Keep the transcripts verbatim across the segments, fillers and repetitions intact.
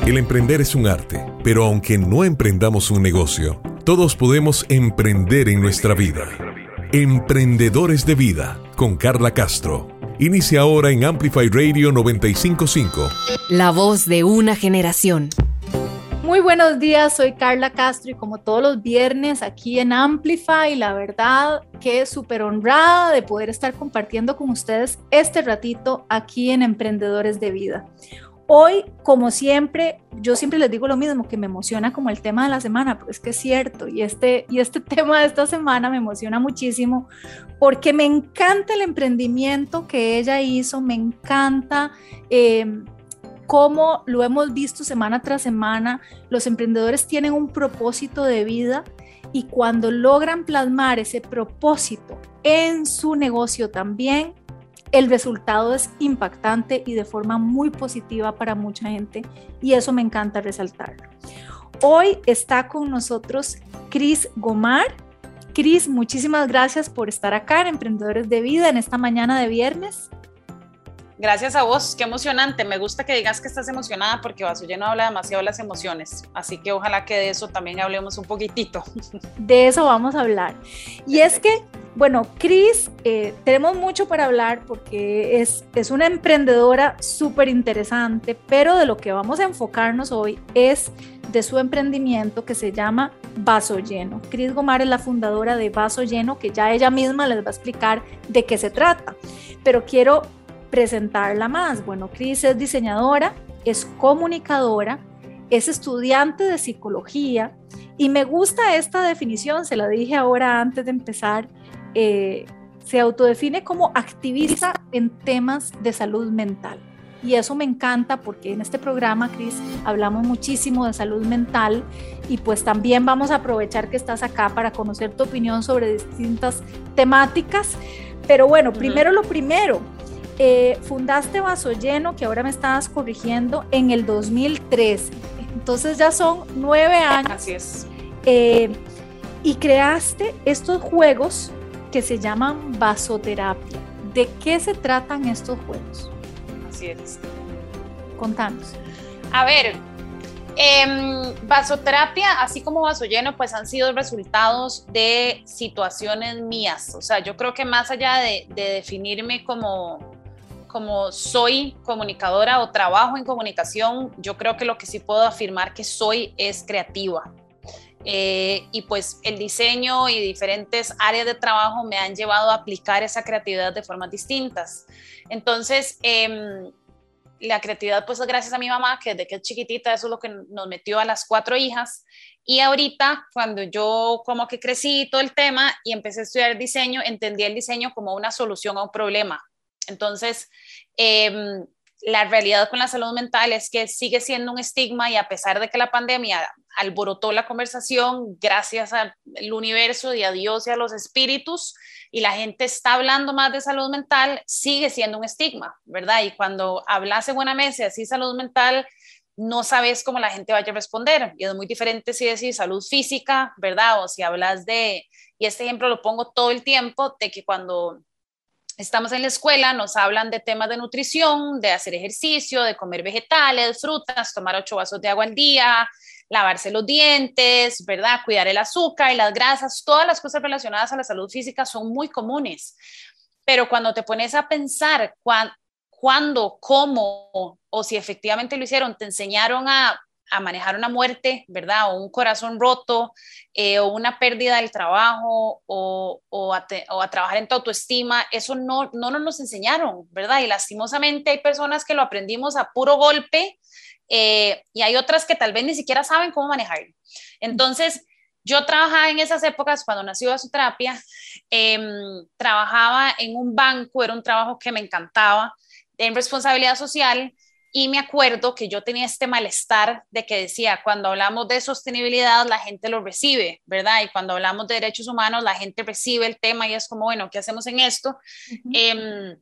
El emprender es un arte, pero aunque no emprendamos un negocio, todos podemos emprender en nuestra vida. Emprendedores de Vida, con Carla Castro. Inicia ahora en Amplify Radio noventa y cinco punto cinco. La voz de una generación. Muy buenos días, soy Carla Castro y como todos los viernes aquí en Amplify, la verdad que súper honrada de poder estar compartiendo con ustedes este ratito aquí en Emprendedores de Vida. Hoy, como siempre, yo siempre les digo lo mismo, que me emociona como el tema de la semana, pero es que es cierto, y este, y este tema de esta semana me emociona muchísimo porque me encanta el emprendimiento que ella hizo, me encanta eh, cómo lo hemos visto semana tras semana. Los emprendedores tienen un propósito de vida y cuando logran plasmar ese propósito en su negocio también, el resultado es impactante y de forma muy positiva para mucha gente, y eso me encanta resaltarlo. Hoy está con nosotros Cris Gomar. Cris, muchísimas gracias por estar acá en Emprendedores de Vida en esta mañana de viernes. Gracias a vos, qué emocionante. Me gusta que digas que estás emocionada porque Vaso Lleno habla demasiado de las emociones, así que ojalá que de eso también hablemos un poquitito. De eso vamos a hablar. Y es que, bueno, Cris, eh, tenemos mucho para hablar porque es, es una emprendedora súper interesante, pero de lo que vamos a enfocarnos hoy es de su emprendimiento que se llama Vaso Lleno. Cris Gomar es la fundadora de Vaso Lleno, que ya ella misma les va a explicar de qué se trata, pero quiero presentarla más. Bueno, Cris es diseñadora, es comunicadora, es estudiante de psicología y me gusta esta definición, se la dije ahora antes de empezar, eh, se autodefine como activista en temas de salud mental. Y eso me encanta porque en este programa, Cris, hablamos muchísimo de salud mental y pues también vamos a aprovechar que estás acá para conocer tu opinión sobre distintas temáticas. Pero bueno, uh-huh. primero lo primero, Eh, fundaste Vaso Lleno, que ahora me estabas corrigiendo, en el dos mil trece, entonces ya son nueve años. Así es. Eh, y creaste estos juegos que se llaman vasoterapia. ¿De qué se tratan estos juegos? Así es. Contanos. A ver, eh, vasoterapia, así como Vaso Lleno, pues han sido resultados de situaciones mías. O sea, yo creo que más allá de, de definirme como como soy comunicadora o trabajo en comunicación, yo creo que lo que sí puedo afirmar que soy es creativa. Eh, y pues el diseño y diferentes áreas de trabajo me han llevado a aplicar esa creatividad de formas distintas. Entonces, eh, la creatividad pues es gracias a mi mamá, que desde que es chiquitita eso es lo que nos metió a las cuatro hijas. Y ahorita, cuando yo como que crecí todo el tema y empecé a estudiar diseño, entendí el diseño como una solución a un problema. Entonces, eh, la realidad con la salud mental es que sigue siendo un estigma y a pesar de que la pandemia alborotó la conversación, gracias al universo y a Dios y a los espíritus, y la gente está hablando más de salud mental, sigue siendo un estigma, ¿verdad? Y cuando hablas en una mesa así salud mental, no sabes cómo la gente vaya a responder. Y es muy diferente si decís salud física, ¿verdad? O si hablas de, y este ejemplo lo pongo todo el tiempo, de que cuando estamos en la escuela, nos hablan de temas de nutrición, de hacer ejercicio, de comer vegetales, frutas, tomar ocho vasos de agua al día, lavarse los dientes, ¿verdad? Cuidar el azúcar y las grasas, todas las cosas relacionadas a la salud física son muy comunes. Pero cuando te pones a pensar cuán, cuándo, cómo, o si efectivamente lo hicieron, te enseñaron a, a manejar una muerte, ¿verdad? O un corazón roto, eh, o una pérdida del trabajo, o, o, a te, o a trabajar en tu autoestima, eso no, no nos enseñaron, ¿verdad? Y lastimosamente hay personas que lo aprendimos a puro golpe, eh, y hay otras que tal vez ni siquiera saben cómo manejarlo. Entonces, yo trabajaba en esas épocas, cuando nació Vasoterapia, eh, trabajaba en un banco, era un trabajo que me encantaba, en responsabilidad social. Y me acuerdo que yo tenía este malestar de que decía, cuando hablamos de sostenibilidad, la gente lo recibe, ¿verdad? Y cuando hablamos de derechos humanos, la gente recibe el tema y es como, bueno, ¿qué hacemos en esto? Uh-huh. Eh,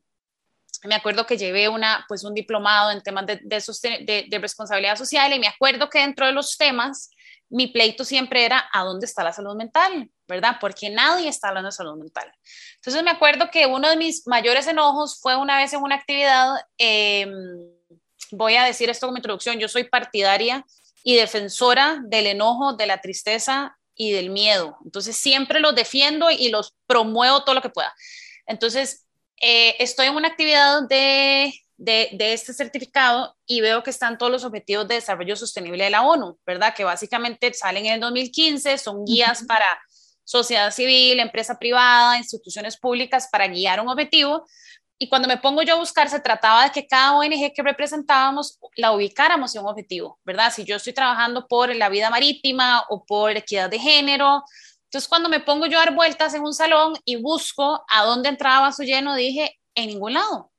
me acuerdo que llevé una, pues un diplomado en temas de, de, de, de responsabilidad social y me acuerdo que dentro de los temas, mi pleito siempre era, ¿a dónde está la salud mental? ¿Verdad? Porque nadie está hablando de salud mental. Entonces me acuerdo que uno de mis mayores enojos fue una vez en una actividad, eh, voy a decir esto como introducción, yo soy partidaria y defensora del enojo, de la tristeza y del miedo. Entonces siempre los defiendo y los promuevo todo lo que pueda. Entonces eh, estoy en una actividad de, de, de este certificado y veo que están todos los objetivos de desarrollo sostenible de la ONU, ¿verdad? Que básicamente salen en el dos mil quince, son guías uh-huh. para sociedad civil, empresa privada, instituciones públicas para guiar un objetivo. Y cuando me pongo yo a buscar, se trataba de que cada O N G que representábamos la ubicáramos en un objetivo, ¿verdad? Si yo estoy trabajando por la vida marítima o por equidad de género, entonces cuando me pongo yo a dar vueltas en un salón y busco a dónde entraba Vaso Lleno, dije, en ningún lado.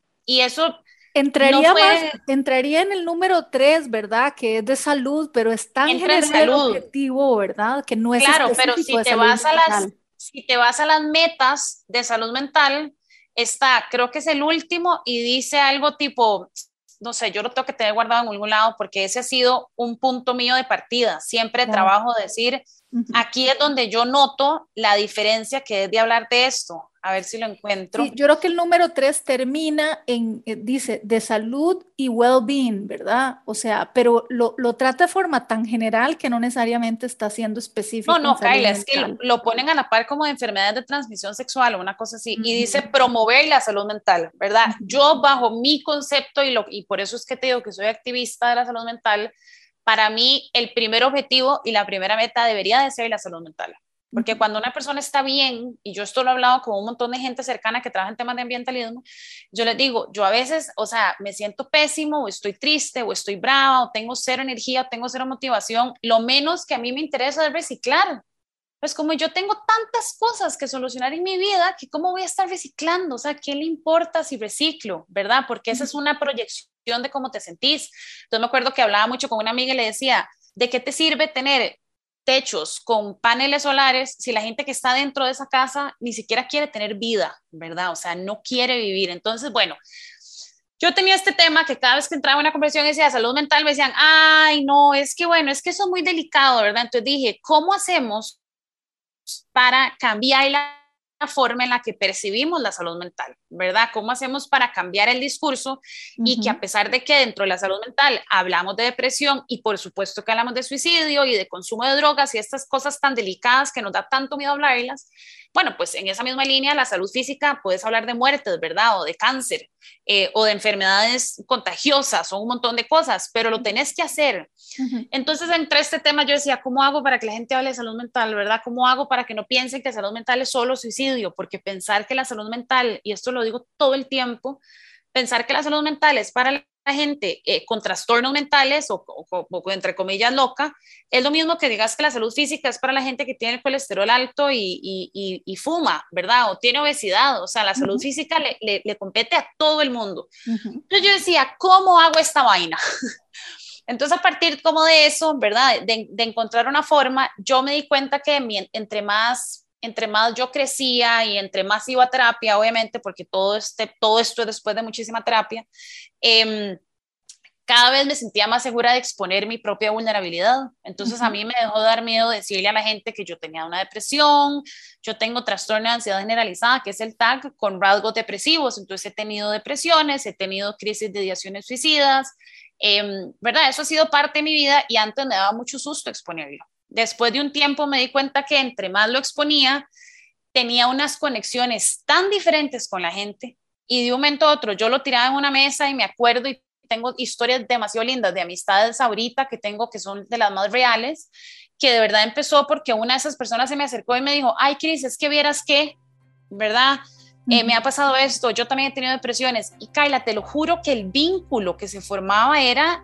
Y eso entraría, no fue, más, entraría en el número tres, ¿verdad? Que es de salud, pero es tan general el objetivo, ¿verdad? Que no es claro, pero si te, vas a las, si te vas a las metas de salud mental, está, creo que es el último y dice algo tipo, no sé, yo lo tengo que tener guardado en algún lado porque ese ha sido un punto mío de partida, siempre claro. trabajo de decir, uh-huh. aquí es donde yo noto la diferencia que es de hablar de esto, a ver si lo encuentro. Sí, yo creo que el número tres termina en, eh, dice, de salud y well-being, ¿verdad? O sea, pero lo, lo trata de forma tan general que no necesariamente está siendo específico. No, no, Kayla, es que lo, lo ponen a la par como de enfermedades de transmisión sexual o una cosa así, uh-huh. y dice promover la salud mental, ¿verdad? Uh-huh. Yo bajo mi concepto, y, lo, y por eso es que te digo que soy activista de la salud mental, para mí el primer objetivo y la primera meta debería de ser la salud mental. Porque cuando una persona está bien, y yo esto lo he hablado con un montón de gente cercana que trabaja en temas de ambientalismo, yo les digo, yo a veces, o sea, me siento pésimo, o estoy triste, o estoy brava, o tengo cero energía, o tengo cero motivación, lo menos que a mí me interesa es reciclar. Pues como yo tengo tantas cosas que solucionar en mi vida, que cómo voy a estar reciclando, o sea, ¿qué le importa si reciclo, verdad? Porque esa es una proyección de cómo te sentís. Entonces me acuerdo que hablaba mucho con una amiga y le decía, ¿de qué te sirve tener techos con paneles solares si la gente que está dentro de esa casa ni siquiera quiere tener vida, ¿verdad? O sea, no quiere vivir. Entonces, bueno, yo tenía este tema que cada vez que entraba en una conversación y decía salud mental, me decían, ay, no, es que bueno, es que eso es muy delicado, ¿verdad? Entonces dije, ¿cómo hacemos para cambiar la forma en la que percibimos la salud mental, ¿verdad? ¿Cómo hacemos para cambiar el discurso uh-huh. y que a pesar de que dentro de la salud mental hablamos de depresión y por supuesto que hablamos de suicidio y de consumo de drogas y estas cosas tan delicadas que nos da tanto miedo hablarlas, bueno, pues en esa misma línea la salud física puedes hablar de muertes, ¿verdad? O de cáncer eh, o de enfermedades contagiosas o un montón de cosas, pero lo tenés que hacer. Uh-huh. Entonces entre este tema yo decía, ¿cómo hago para que la gente hable de salud mental, ¿verdad? ¿Cómo hago para que no piensen que salud mental es solo suicidio? Porque pensar que la salud mental, y esto lo digo todo el tiempo, pensar que la salud mental es para la gente eh, con trastornos mentales o, o, o, o entre comillas loca, es lo mismo que digas que la salud física es para la gente que tiene el colesterol alto y, y, y, y fuma, ¿verdad? O tiene obesidad, o sea, la salud uh-huh. física le, le, le compete a todo el mundo. Uh-huh. Entonces yo decía, ¿cómo hago esta vaina? Entonces a partir como de eso, ¿verdad? De, de encontrar una forma, yo me di cuenta que mi, entre más... entre más yo crecía y entre más iba a terapia, obviamente, porque todo, este, todo esto es después de muchísima terapia, eh, cada vez me sentía más segura de exponer mi propia vulnerabilidad. Entonces uh-huh. a mí me dejó de dar miedo decirle a la gente que yo tenía una depresión, yo tengo trastorno de ansiedad generalizada, que es el T A C, con rasgos depresivos. Entonces he tenido depresiones, he tenido crisis de ideaciones suicidas, eh, ¿verdad? Eso ha sido parte de mi vida y antes me daba mucho susto exponerlo. Después de un tiempo me di cuenta que entre más lo exponía, tenía unas conexiones tan diferentes con la gente y de un momento a otro yo lo tiraba en una mesa y me acuerdo y tengo historias demasiado lindas de amistades ahorita que tengo que son de las más reales, que de verdad empezó porque una de esas personas se me acercó y me dijo, ay Cris, es que vieras que, ¿verdad? Eh, me ha pasado esto, yo también he tenido depresiones y Kayla, te lo juro que el vínculo que se formaba era...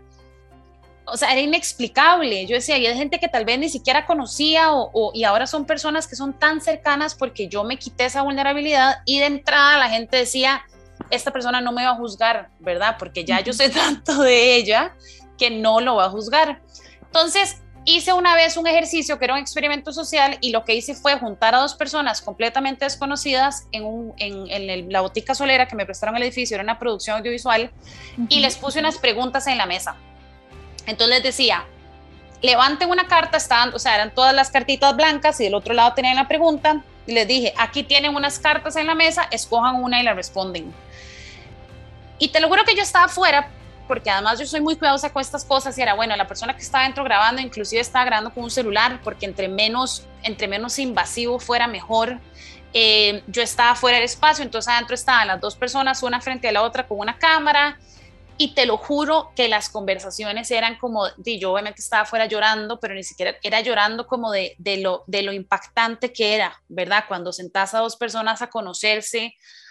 O sea, era inexplicable. Yo decía, y hay gente que tal vez ni siquiera conocía o, o, y ahora son personas que son tan cercanas porque yo me quité esa vulnerabilidad y de entrada la gente decía, esta persona no me va a juzgar, ¿verdad? Porque ya yo sé tanto de ella que no lo va a juzgar. Entonces, hice una vez un ejercicio que era un experimento social y lo que hice fue juntar a dos personas completamente desconocidas en, un, en, en el, la botica solera que me prestaron el edificio, era una producción audiovisual, uh-huh. y les puse unas preguntas en la mesa. Entonces les decía, levanten una carta, estaban, o sea, eran todas las cartitas blancas y del otro lado tenían la pregunta, y les dije, aquí tienen unas cartas en la mesa, escojan una y la responden. Y te lo juro que yo estaba afuera porque además yo soy muy cuidadosa con estas cosas y era, bueno, la persona que estaba dentro grabando, inclusive estaba grabando con un celular, porque entre menos, entre menos invasivo fuera mejor. Eh, yo estaba fuera del espacio, entonces adentro estaban las dos personas, una frente a la otra con una cámara, y te lo juro que las conversaciones eran como, de, yo obviamente estaba fuera llorando, pero ni siquiera era llorando como de, de, lo, de lo impactante que era, ¿verdad? Cuando sentás a dos personas a conocerse,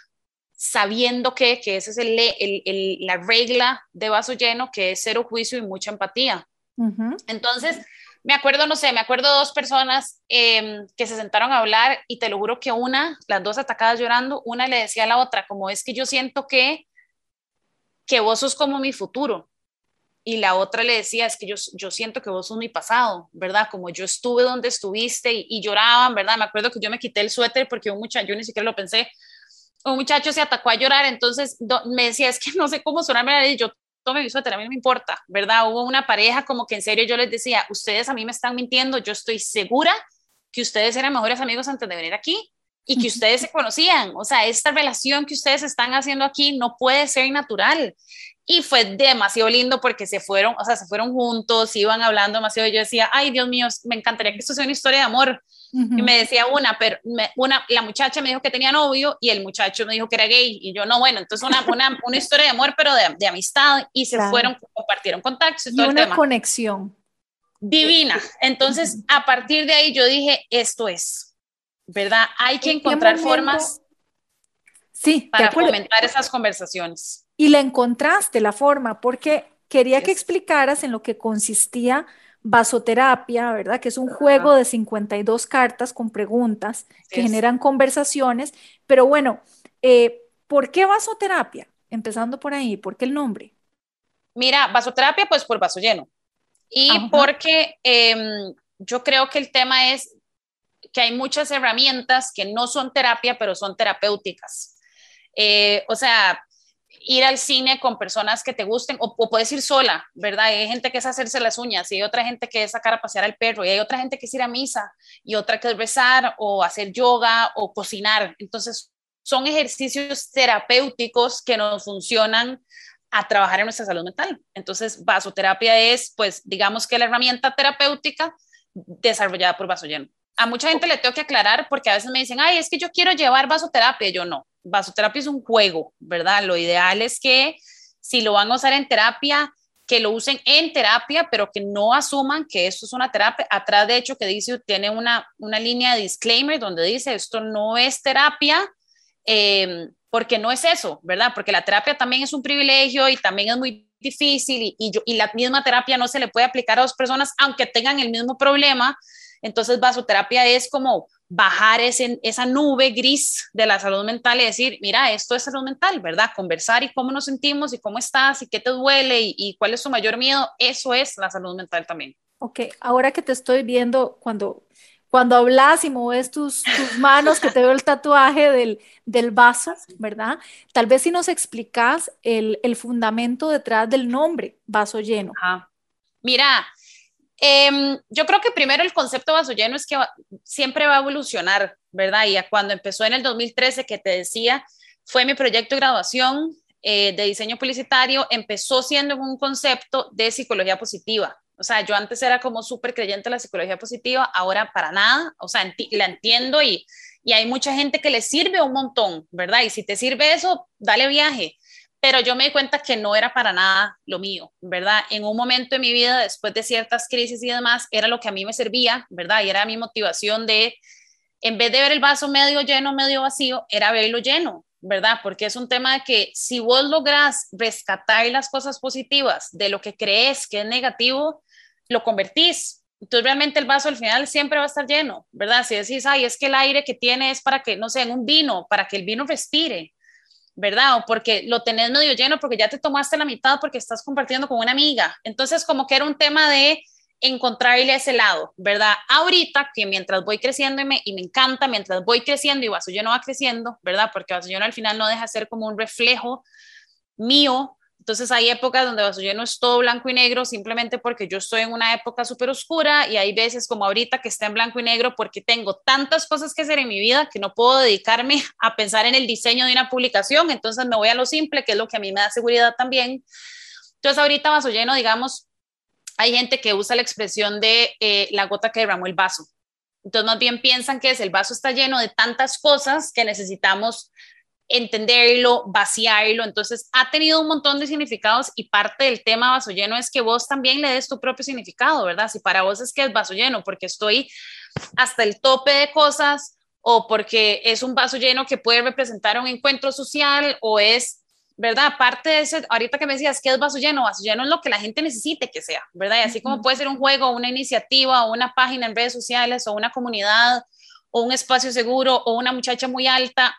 sabiendo que, que esa es el, el, el, la regla de vaso lleno, que es cero juicio y mucha empatía. Uh-huh. Entonces, me acuerdo, no sé, me acuerdo de dos personas eh, que se sentaron a hablar y te lo juro que una, las dos atacadas llorando, una le decía a la otra, como es que yo siento que, que vos sos como mi futuro. Y la otra le decía, es que yo, yo siento que vos sos mi pasado, ¿verdad? Como yo estuve donde estuviste y, y lloraban, ¿verdad? Me acuerdo que yo me quité el suéter porque un muchacho, yo ni siquiera lo pensé, un muchacho se atacó a llorar, entonces do, me decía, es que no sé cómo sonarme la nariz, yo tome mi suéter, a mí no me importa, ¿verdad? Hubo una pareja como que en serio yo les decía, ustedes a mí me están mintiendo, yo estoy segura que ustedes eran mejores amigos antes de venir aquí y que ustedes se conocían, o sea, esta relación que ustedes están haciendo aquí no puede ser natural. Y fue demasiado lindo porque se fueron, o sea, se fueron juntos, iban hablando demasiado, y yo decía, ay, Dios mío, me encantaría que esto sea una historia de amor. Uh-huh. Y me decía una, pero me, una, la muchacha me dijo que tenía novio y el muchacho me dijo que era gay, y yo, no, bueno, entonces una, una, una historia de amor, pero de, de amistad, y se claro. fueron, compartieron contactos y, y todo una el tema. Conexión. Divina. Entonces, uh-huh. a partir de ahí yo dije, esto es, ¿verdad? Hay que encontrar momento... formas sí, para fomentar esas conversaciones. Y la encontraste la forma, porque quería yes. que explicaras en lo que consistía vasoterapia, ¿verdad? Que es un juego de cincuenta y dos cartas con preguntas yes. que generan conversaciones. Pero bueno, eh, ¿por qué vasoterapia? Empezando por ahí, ¿por qué el nombre? Mira, vasoterapia pues por vaso lleno. Y Ajá. porque eh, yo creo que el tema es que hay muchas herramientas que no son terapia, pero son terapéuticas. Eh, o sea, ir al cine con personas que te gusten, o, o puedes ir sola, ¿verdad? Hay gente que es hacerse las uñas, y hay otra gente que es sacar a pasear al perro, y hay otra gente que es ir a misa, y otra que es rezar, o hacer yoga, o cocinar. Entonces, son ejercicios terapéuticos que nos funcionan a trabajar en nuestra salud mental. Entonces, vasoterapia es, pues, digamos que la herramienta terapéutica desarrollada por Vaso Lleno. A mucha gente le tengo que aclarar porque a veces me dicen, ay, es que yo quiero llevar vasoterapia. Yo no, vasoterapia es un juego, ¿verdad? Lo ideal es que si lo van a usar en terapia, que lo usen en terapia, pero que no asuman que esto es una terapia. Atrás, de hecho, que dice, tiene una, una línea de disclaimer donde dice, esto no es terapia, eh, porque no es eso, ¿verdad? Porque la terapia también es un privilegio y también es muy difícil y, y, yo, y la misma terapia no se le puede aplicar a dos personas aunque tengan el mismo problema. Entonces, vasoterapia es como bajar ese, esa nube gris de la salud mental y decir, mira, esto es salud mental, ¿verdad? Conversar y cómo nos sentimos y cómo estás y qué te duele y, y cuál es tu mayor miedo, eso es la salud mental también. Ok, ahora que te estoy viendo, cuando, cuando hablas y mueves tus, tus manos, que te veo el tatuaje del, del vaso, ¿verdad? Tal vez si nos explicas el, el fundamento detrás del nombre, Vaso Lleno. Ajá. Mira, Eh, yo creo que primero el concepto vaso lleno es que va, siempre va a evolucionar, ¿verdad? Y cuando empezó en el dos mil trece, que te decía, fue mi proyecto de graduación eh, de diseño publicitario, empezó siendo un concepto de psicología positiva. O sea, yo antes era como súper creyente de la psicología positiva, ahora para nada, o sea, enti- la entiendo y, y hay mucha gente que le sirve un montón, ¿verdad? Y si te sirve eso, dale viaje. Pero yo me di cuenta que no era para nada lo mío, ¿verdad? En un momento de mi vida, después de ciertas crisis y demás, era lo que a mí me servía, ¿verdad? Y era mi motivación de, en vez de ver el vaso medio lleno, medio vacío, era verlo lleno, ¿verdad? Porque es un tema de que si vos lográs rescatar las cosas positivas de lo que crees que es negativo, lo convertís. Entonces realmente el vaso al final siempre va a estar lleno, ¿verdad? Si decís, ay, es que el aire que tiene es para que, no sé, en un vino, para que el vino respire, ¿verdad? O porque lo tenés medio lleno porque ya te tomaste la mitad porque estás compartiendo con una amiga. Entonces, como que era un tema de encontrarle ese lado, ¿verdad? Ahorita, que mientras voy creciendo y me, y me encanta, mientras voy creciendo y Vaso Lleno va creciendo, ¿verdad? Porque Vaso Lleno al final no deja de ser como un reflejo mío. Entonces hay épocas donde Vaso Lleno es todo blanco y negro simplemente porque yo estoy en una época súper oscura y hay veces como ahorita que está en blanco y negro porque tengo tantas cosas que hacer en mi vida que no puedo dedicarme a pensar en el diseño de una publicación, entonces me voy a lo simple, que es lo que a mí me da seguridad también. Entonces ahorita vaso lleno, digamos, hay gente que usa la expresión de eh, la gota que derramó el vaso. Entonces más bien piensan que es el vaso está lleno de tantas cosas que necesitamos entenderlo, vaciarlo. Entonces ha tenido un montón de significados y parte del tema vaso lleno es que vos también le des tu propio significado, ¿verdad? Si para vos es que es vaso lleno porque estoy hasta el tope de cosas o porque es un vaso lleno que puede representar un encuentro social o es, ¿verdad? Aparte de eso, ahorita que me decías que es vaso lleno, vaso lleno es lo que la gente necesite que sea, ¿verdad? Y así como puede ser un juego, una iniciativa o una página en redes sociales o una comunidad o un espacio seguro o una muchacha muy alta,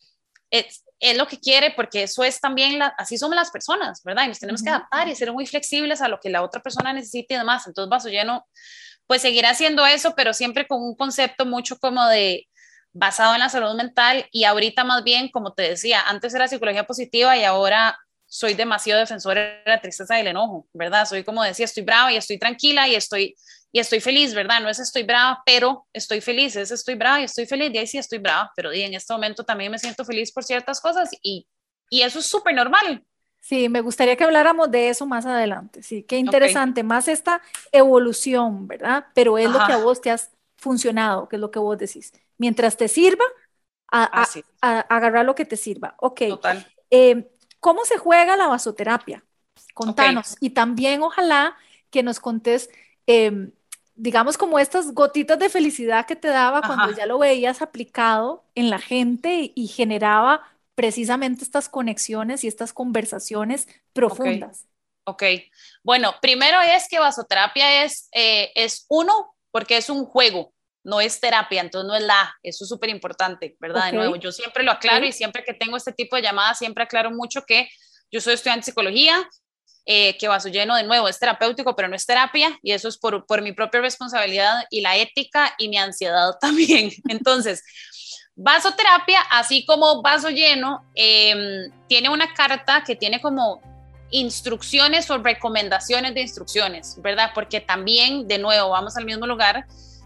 es, es lo que quiere porque eso es también, la, así somos las personas, ¿verdad? Y nos tenemos que adaptar y ser muy flexibles a lo que la otra persona necesite y demás. Entonces vaso lleno, pues seguirá haciendo eso, pero siempre con un concepto mucho como de basado en la salud mental y ahorita más bien, como te decía, antes era psicología positiva y ahora soy demasiado defensora de la tristeza y el enojo, ¿verdad? Soy como decía, estoy brava y estoy tranquila y estoy, y estoy feliz, ¿verdad? No es estoy brava, pero estoy feliz, es estoy brava y estoy feliz, y ahí sí estoy brava, pero y en este momento también me siento feliz por ciertas cosas y, y eso es súper normal. Sí, me gustaría que habláramos de eso más adelante. Sí, qué Ok, interesante, más esta evolución, ¿verdad? Pero es lo que a ajá, vos te has funcionado, que es lo que vos decís. Mientras te sirva, a, a- así, a- agarrar lo que te sirva. Ok, total, eh, ¿cómo se juega la vasoterapia? ok, Contanos. Y también ojalá que nos contés, em, digamos, como estas gotitas de felicidad que te daba cuando ajá, ya lo veías aplicado en la gente y, y generaba precisamente estas conexiones y estas conversaciones ok. profundas. Ok, bueno, primero es que vasoterapia es, eh, es uno, porque es un juego, no es terapia, entonces no es la, eso es súper importante, ¿verdad? Ok, De nuevo, yo siempre lo aclaro y ok. siempre que tengo este tipo de llamadas, siempre aclaro mucho que yo soy estudiante de psicología, eh, que vaso lleno de nuevo es terapéutico, pero no es terapia, y eso es por, por mi propia responsabilidad y la ética y mi ansiedad también. Entonces, vasoterapia, así como vaso lleno, eh, tiene una carta que tiene como instrucciones o recomendaciones de instrucciones, ¿verdad? Porque también, de nuevo, vamos al mismo lugar,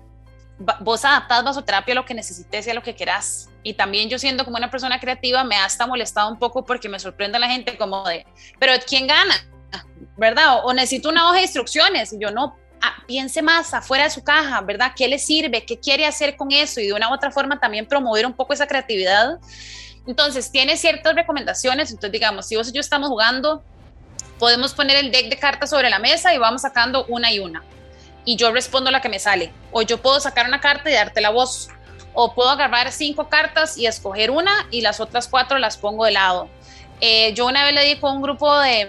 vos adaptás vasoterapia a lo que necesites y a lo que querás. Y también yo siendo como una persona creativa me ha hasta molestado un poco porque me sorprende a la gente como de, pero ¿quién gana? ¿Verdad? O, o necesito una hoja de instrucciones. Y yo no, ah, piense más afuera de su caja, ¿verdad? ¿Qué le sirve? ¿Qué quiere hacer con eso? Y de una u otra forma también promover un poco esa creatividad. Entonces, tiene ciertas recomendaciones. Entonces, digamos, si vos y yo estamos jugando, podemos poner el deck de cartas sobre la mesa y vamos sacando una y una. Y yo respondo la que me sale. O yo puedo sacar una carta y darte la voz. O puedo agarrar cinco cartas y escoger una y las otras cuatro las pongo de lado. Eh, yo una vez le di con un grupo de,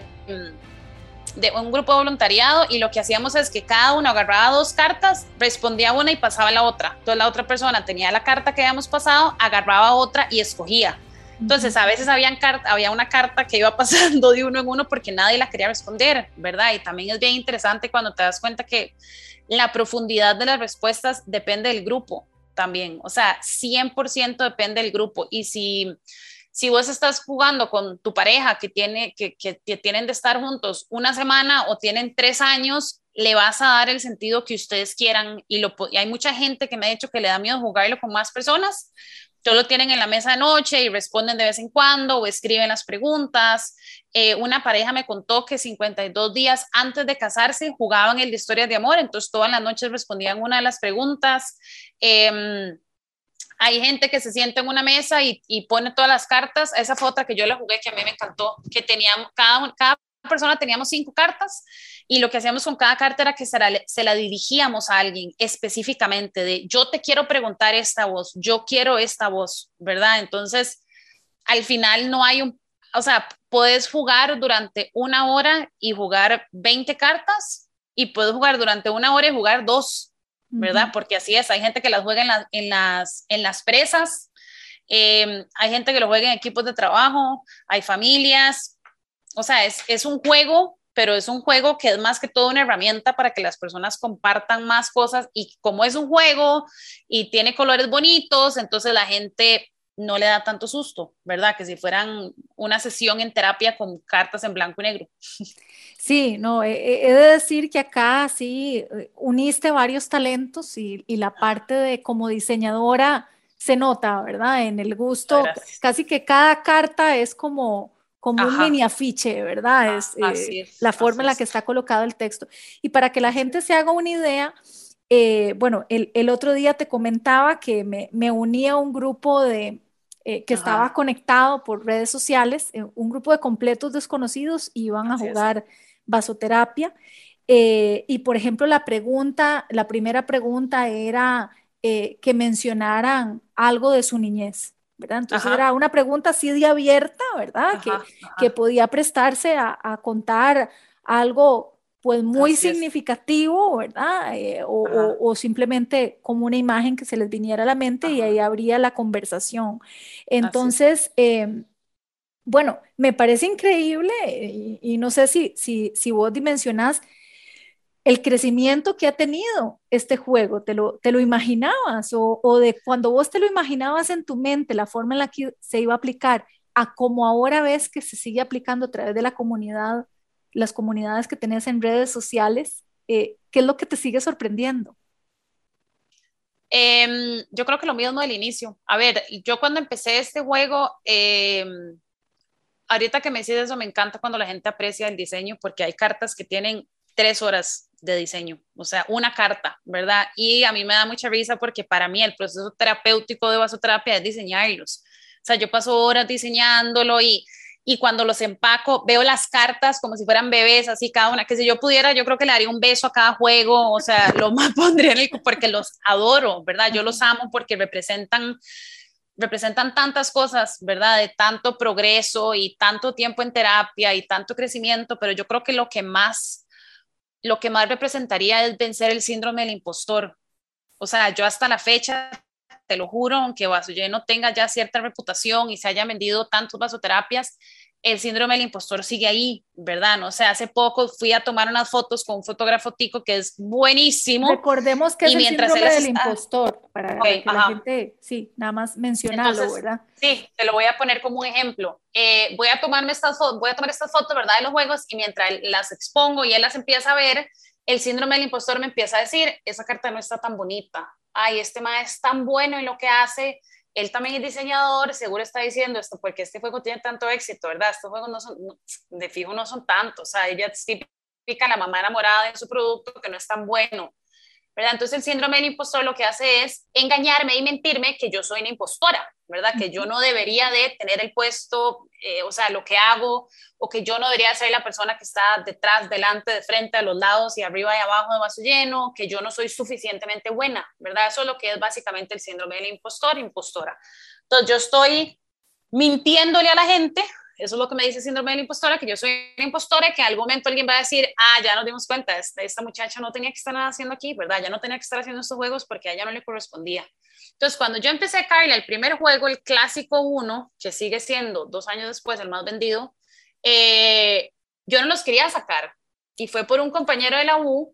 de un grupo de voluntariado y lo que hacíamos es que cada uno agarraba dos cartas, respondía una y pasaba la otra. Entonces la otra persona tenía la carta que habíamos pasado, agarraba otra y escogía. Entonces, a veces habían carta, había una carta que iba pasando de uno en uno porque nadie la quería responder, ¿verdad? Y también es bien interesante cuando te das cuenta que la profundidad de las respuestas depende del grupo también. O sea, cien por ciento depende del grupo. Y si, si vos estás jugando con tu pareja que, tiene, que, que, que tienen de estar juntos una semana o tienen tres años, le vas a dar el sentido que ustedes quieran. Y, lo, y hay mucha gente que me ha dicho que le da miedo jugarlo con más personas. Solo tienen en la mesa de noche y responden de vez en cuando o escriben las preguntas. Eh, una pareja me contó que cincuenta y dos días antes de casarse jugaban el de historias de amor, entonces todas las noches respondían una de las preguntas. Eh, hay gente que se sienta en una mesa y, y pone todas las cartas. Esa fue otra que yo la jugué que a mí me encantó, que teníamos, cada, cada persona teníamos cinco cartas y lo que hacíamos con cada carta era que se la, se la dirigíamos a alguien específicamente de yo te quiero preguntar esta voz, yo quiero esta voz, ¿verdad? Entonces, al final no hay un, o sea, puedes jugar durante una hora y jugar veinte cartas y puedes jugar durante una hora y jugar dos, ¿verdad? Ujú. Porque así es, hay gente que las juega en, la, en, las, en las presas, eh, hay gente que lo juega en equipos de trabajo, hay familias, o sea, es, es un juego, pero es un juego que es más que todo una herramienta para que las personas compartan más cosas y como es un juego y tiene colores bonitos, entonces la gente no le da tanto susto, ¿verdad? Que si fueran una sesión en terapia con cartas en blanco y negro. Sí, no, he, he- he de decir que acá sí eh, uniste varios talentos y, y la parte de como diseñadora se nota, ¿verdad? En el Muchas gusto, gracias. casi que cada carta es como como un Ajá. mini afiche, ¿verdad? Ah, Es así eh, es, la forma así en la que es. está colocado el texto. Y para que la gente se haga una idea, eh, bueno, el, el otro día te comentaba que me, me uní a un grupo de, eh, que estaba Ajá, conectado por redes sociales, eh, un grupo de completos desconocidos, iban a así es. jugar vasoterapia. Eh, y por ejemplo, la pregunta, la primera pregunta era eh, que mencionaran algo de su niñez, ¿verdad? Entonces Ajá, era una pregunta así de abierta, ¿verdad? Que, ajá, que ajá, podía prestarse a, a contar algo pues muy así es. significativo, ¿verdad? Eh, o, Ajá, o, o simplemente como una imagen que se les viniera a la mente y ahí ajá, habría la conversación. así es. Entonces, eh, bueno, me parece increíble y, y no sé si, si, si vos dimensionás el crecimiento que ha tenido este juego. ¿Te lo, te lo imaginabas? O, o de cuando vos te lo imaginabas en tu mente, la forma en la que se iba a aplicar, a como ahora ves que se sigue aplicando a través de la comunidad, las comunidades que tenés en redes sociales, eh, ¿qué es lo que te sigue sorprendiendo? Em, yo creo que lo mismo del inicio. A ver, yo cuando empecé este juego, em, ahorita que me dices eso, me encanta cuando la gente aprecia el diseño porque hay cartas que tienen tres horas de diseño, o sea, una carta, ¿verdad? Y a mí me da mucha risa porque para mí el proceso terapéutico de vasoterapia es diseñarlos. O sea, yo paso horas diseñándolo y, y cuando los empaco veo las cartas como si fueran bebés, así cada una, que si yo pudiera, yo creo que le daría un beso a cada juego, o sea, lo más pondría en el, porque los adoro, ¿verdad? Yo los amo porque representan representan tantas cosas, ¿verdad? De tanto progreso y tanto tiempo en terapia y tanto crecimiento, pero yo creo que lo que más, lo que más representaría es vencer el síndrome del impostor. O sea, yo hasta la fecha, te lo juro, aunque Vasoye no tenga ya cierta reputación y se haya vendido tantos vasoterapias, el síndrome del impostor sigue ahí, ¿verdad? No sé, hace poco fui a tomar unas fotos con un fotógrafo tico que es buenísimo Recordemos que es y el mientras él síndrome las del está, impostor, para, ok, para que la ajá, gente, sí, nada más mencionarlo, entonces, ¿verdad? sí, te lo voy a poner como un ejemplo. Eh, voy a tomarme estas fotos, voy a tomar estas fotos, ¿verdad? De los juegos y mientras las expongo y él las empieza a ver, el síndrome del impostor me empieza a decir, esa carta no está tan bonita. Ay, este maestro es tan bueno en lo que hace. Él también es diseñador, seguro está diciendo esto, porque este juego tiene tanto éxito, ¿verdad? Estos juegos no son, no, de fijo no son tantos. O sea, ella es típica la mamá enamorada de su producto que no es tan bueno. ¿Verdad? Entonces el síndrome del impostor lo que hace es engañarme y mentirme que yo soy una impostora, ¿verdad? Que yo no debería de tener el puesto, eh, o sea, lo que hago, o que yo no debería ser la persona que está detrás, delante, de frente, a los lados y arriba y abajo de vaso lleno, que yo no soy suficientemente buena, ¿verdad? Eso es lo que es básicamente el síndrome del impostor, impostora. Entonces yo estoy mintiéndole a la gente. Eso es lo que me dice el síndrome de la impostora, que yo soy una impostora y que en algún momento alguien va a decir, ah, ya nos dimos cuenta, esta, esta muchacha no tenía que estar haciendo aquí, ¿verdad? Ya no tenía que estar haciendo estos juegos porque a ella no le correspondía. Entonces, cuando yo empecé, Carla, el primer juego, el clásico uno, que sigue siendo dos años después el más vendido, eh, yo no los quería sacar. Y fue por un compañero de la U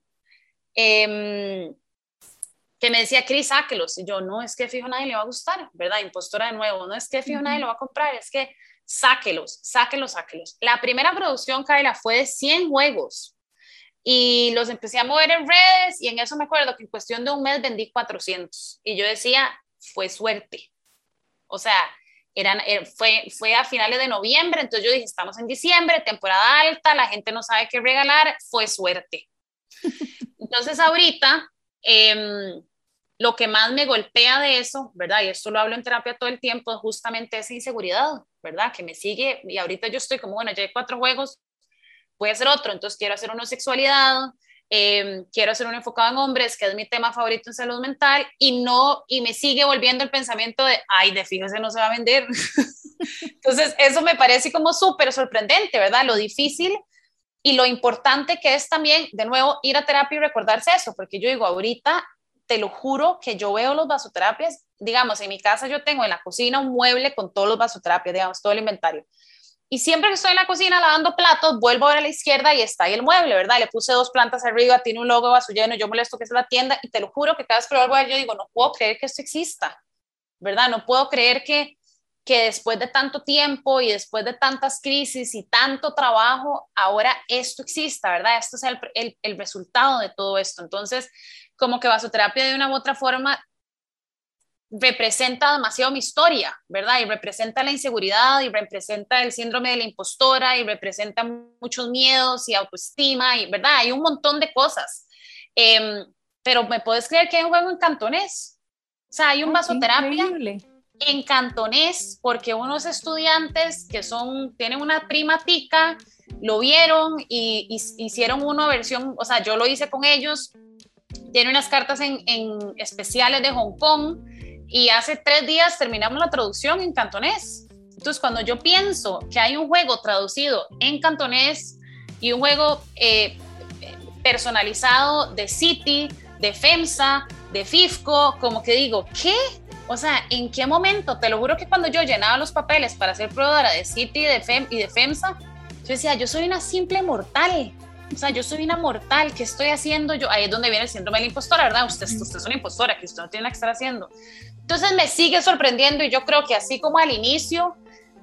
eh, que me decía, Cris, sáquelos. Y yo, no, es que fijo nadie le va a gustar, ¿verdad? Impostora de nuevo, no es que fijo nadie lo va a comprar, es que sáquelos, sáquelos, sáquelos. La primera producción, Carla, fue de cien juegos y los empecé a mover en redes y en eso me acuerdo que en cuestión de un mes vendí cuatrocientos y yo decía, fue suerte. O sea, eran, er, fue, fue a finales de noviembre, entonces yo dije, estamos en diciembre, temporada alta, la gente no sabe qué regalar, fue suerte. Entonces ahorita, eh, lo que más me golpea de eso, ¿verdad? Y esto lo hablo en terapia todo el tiempo, es justamente esa inseguridad, ¿verdad? Que me sigue y ahorita yo estoy como, bueno, ya hay cuatro juegos, voy a hacer otro, entonces quiero hacer uno de sexualidad, eh, quiero hacer uno enfocado en hombres, que es mi tema favorito en salud mental, y no, y me sigue volviendo el pensamiento de, ay, de fijo ese no se va a vender. Entonces, eso me parece como súper sorprendente, ¿verdad? Lo difícil y lo importante que es también, de nuevo, ir a terapia y recordarse eso, porque yo digo, ahorita, te lo juro que yo veo los vasoterapias, digamos, en mi casa yo tengo en la cocina un mueble con todos los vasoterapias, digamos, todo el inventario. Y siempre que estoy en la cocina lavando platos, vuelvo a ver a la izquierda y está ahí el mueble, ¿verdad? Le puse dos plantas arriba, tiene un logo de vaso lleno, yo molesto que es la tienda y te lo juro que cada vez que lo vuelvo a ver yo digo, no puedo creer que esto exista, ¿verdad? No puedo creer que, que después de tanto tiempo y después de tantas crisis y tanto trabajo, ahora esto exista, ¿verdad? Esto es el, el, el resultado de todo esto. Entonces, como que vasoterapia de una u otra forma representa demasiado mi historia, ¿verdad? Y representa la inseguridad, y representa el síndrome de la impostora, y representa muchos miedos y autoestima, y, ¿verdad? Hay un montón de cosas. Eh, pero ¿me puedes creer que hay un juego en cantonés? O sea, hay un vasoterapia en cantonés, porque unos estudiantes que son, tienen una prima tica, lo vieron y, y hicieron una versión, o sea, yo lo hice con ellos, tiene unas cartas en, en especiales de Hong Kong, y hace tres días terminamos la traducción en cantonés. Entonces, cuando yo pienso que hay un juego traducido en cantonés y un juego eh, personalizado de City, de FEMSA, de FIFCO, como que digo, ¿qué? O sea, ¿en qué momento? Te lo juro que cuando yo llenaba los papeles para ser proveedora de City de Fem y de FEMSA, yo decía, yo soy una simple mortal. O sea, yo soy una mortal, ¿qué estoy haciendo yo? Ahí es donde viene el síndrome de la impostora, ¿verdad? Usted, usted es una impostora, que usted no tiene nada que estar haciendo. Entonces me sigue sorprendiendo, y yo creo que así como al inicio,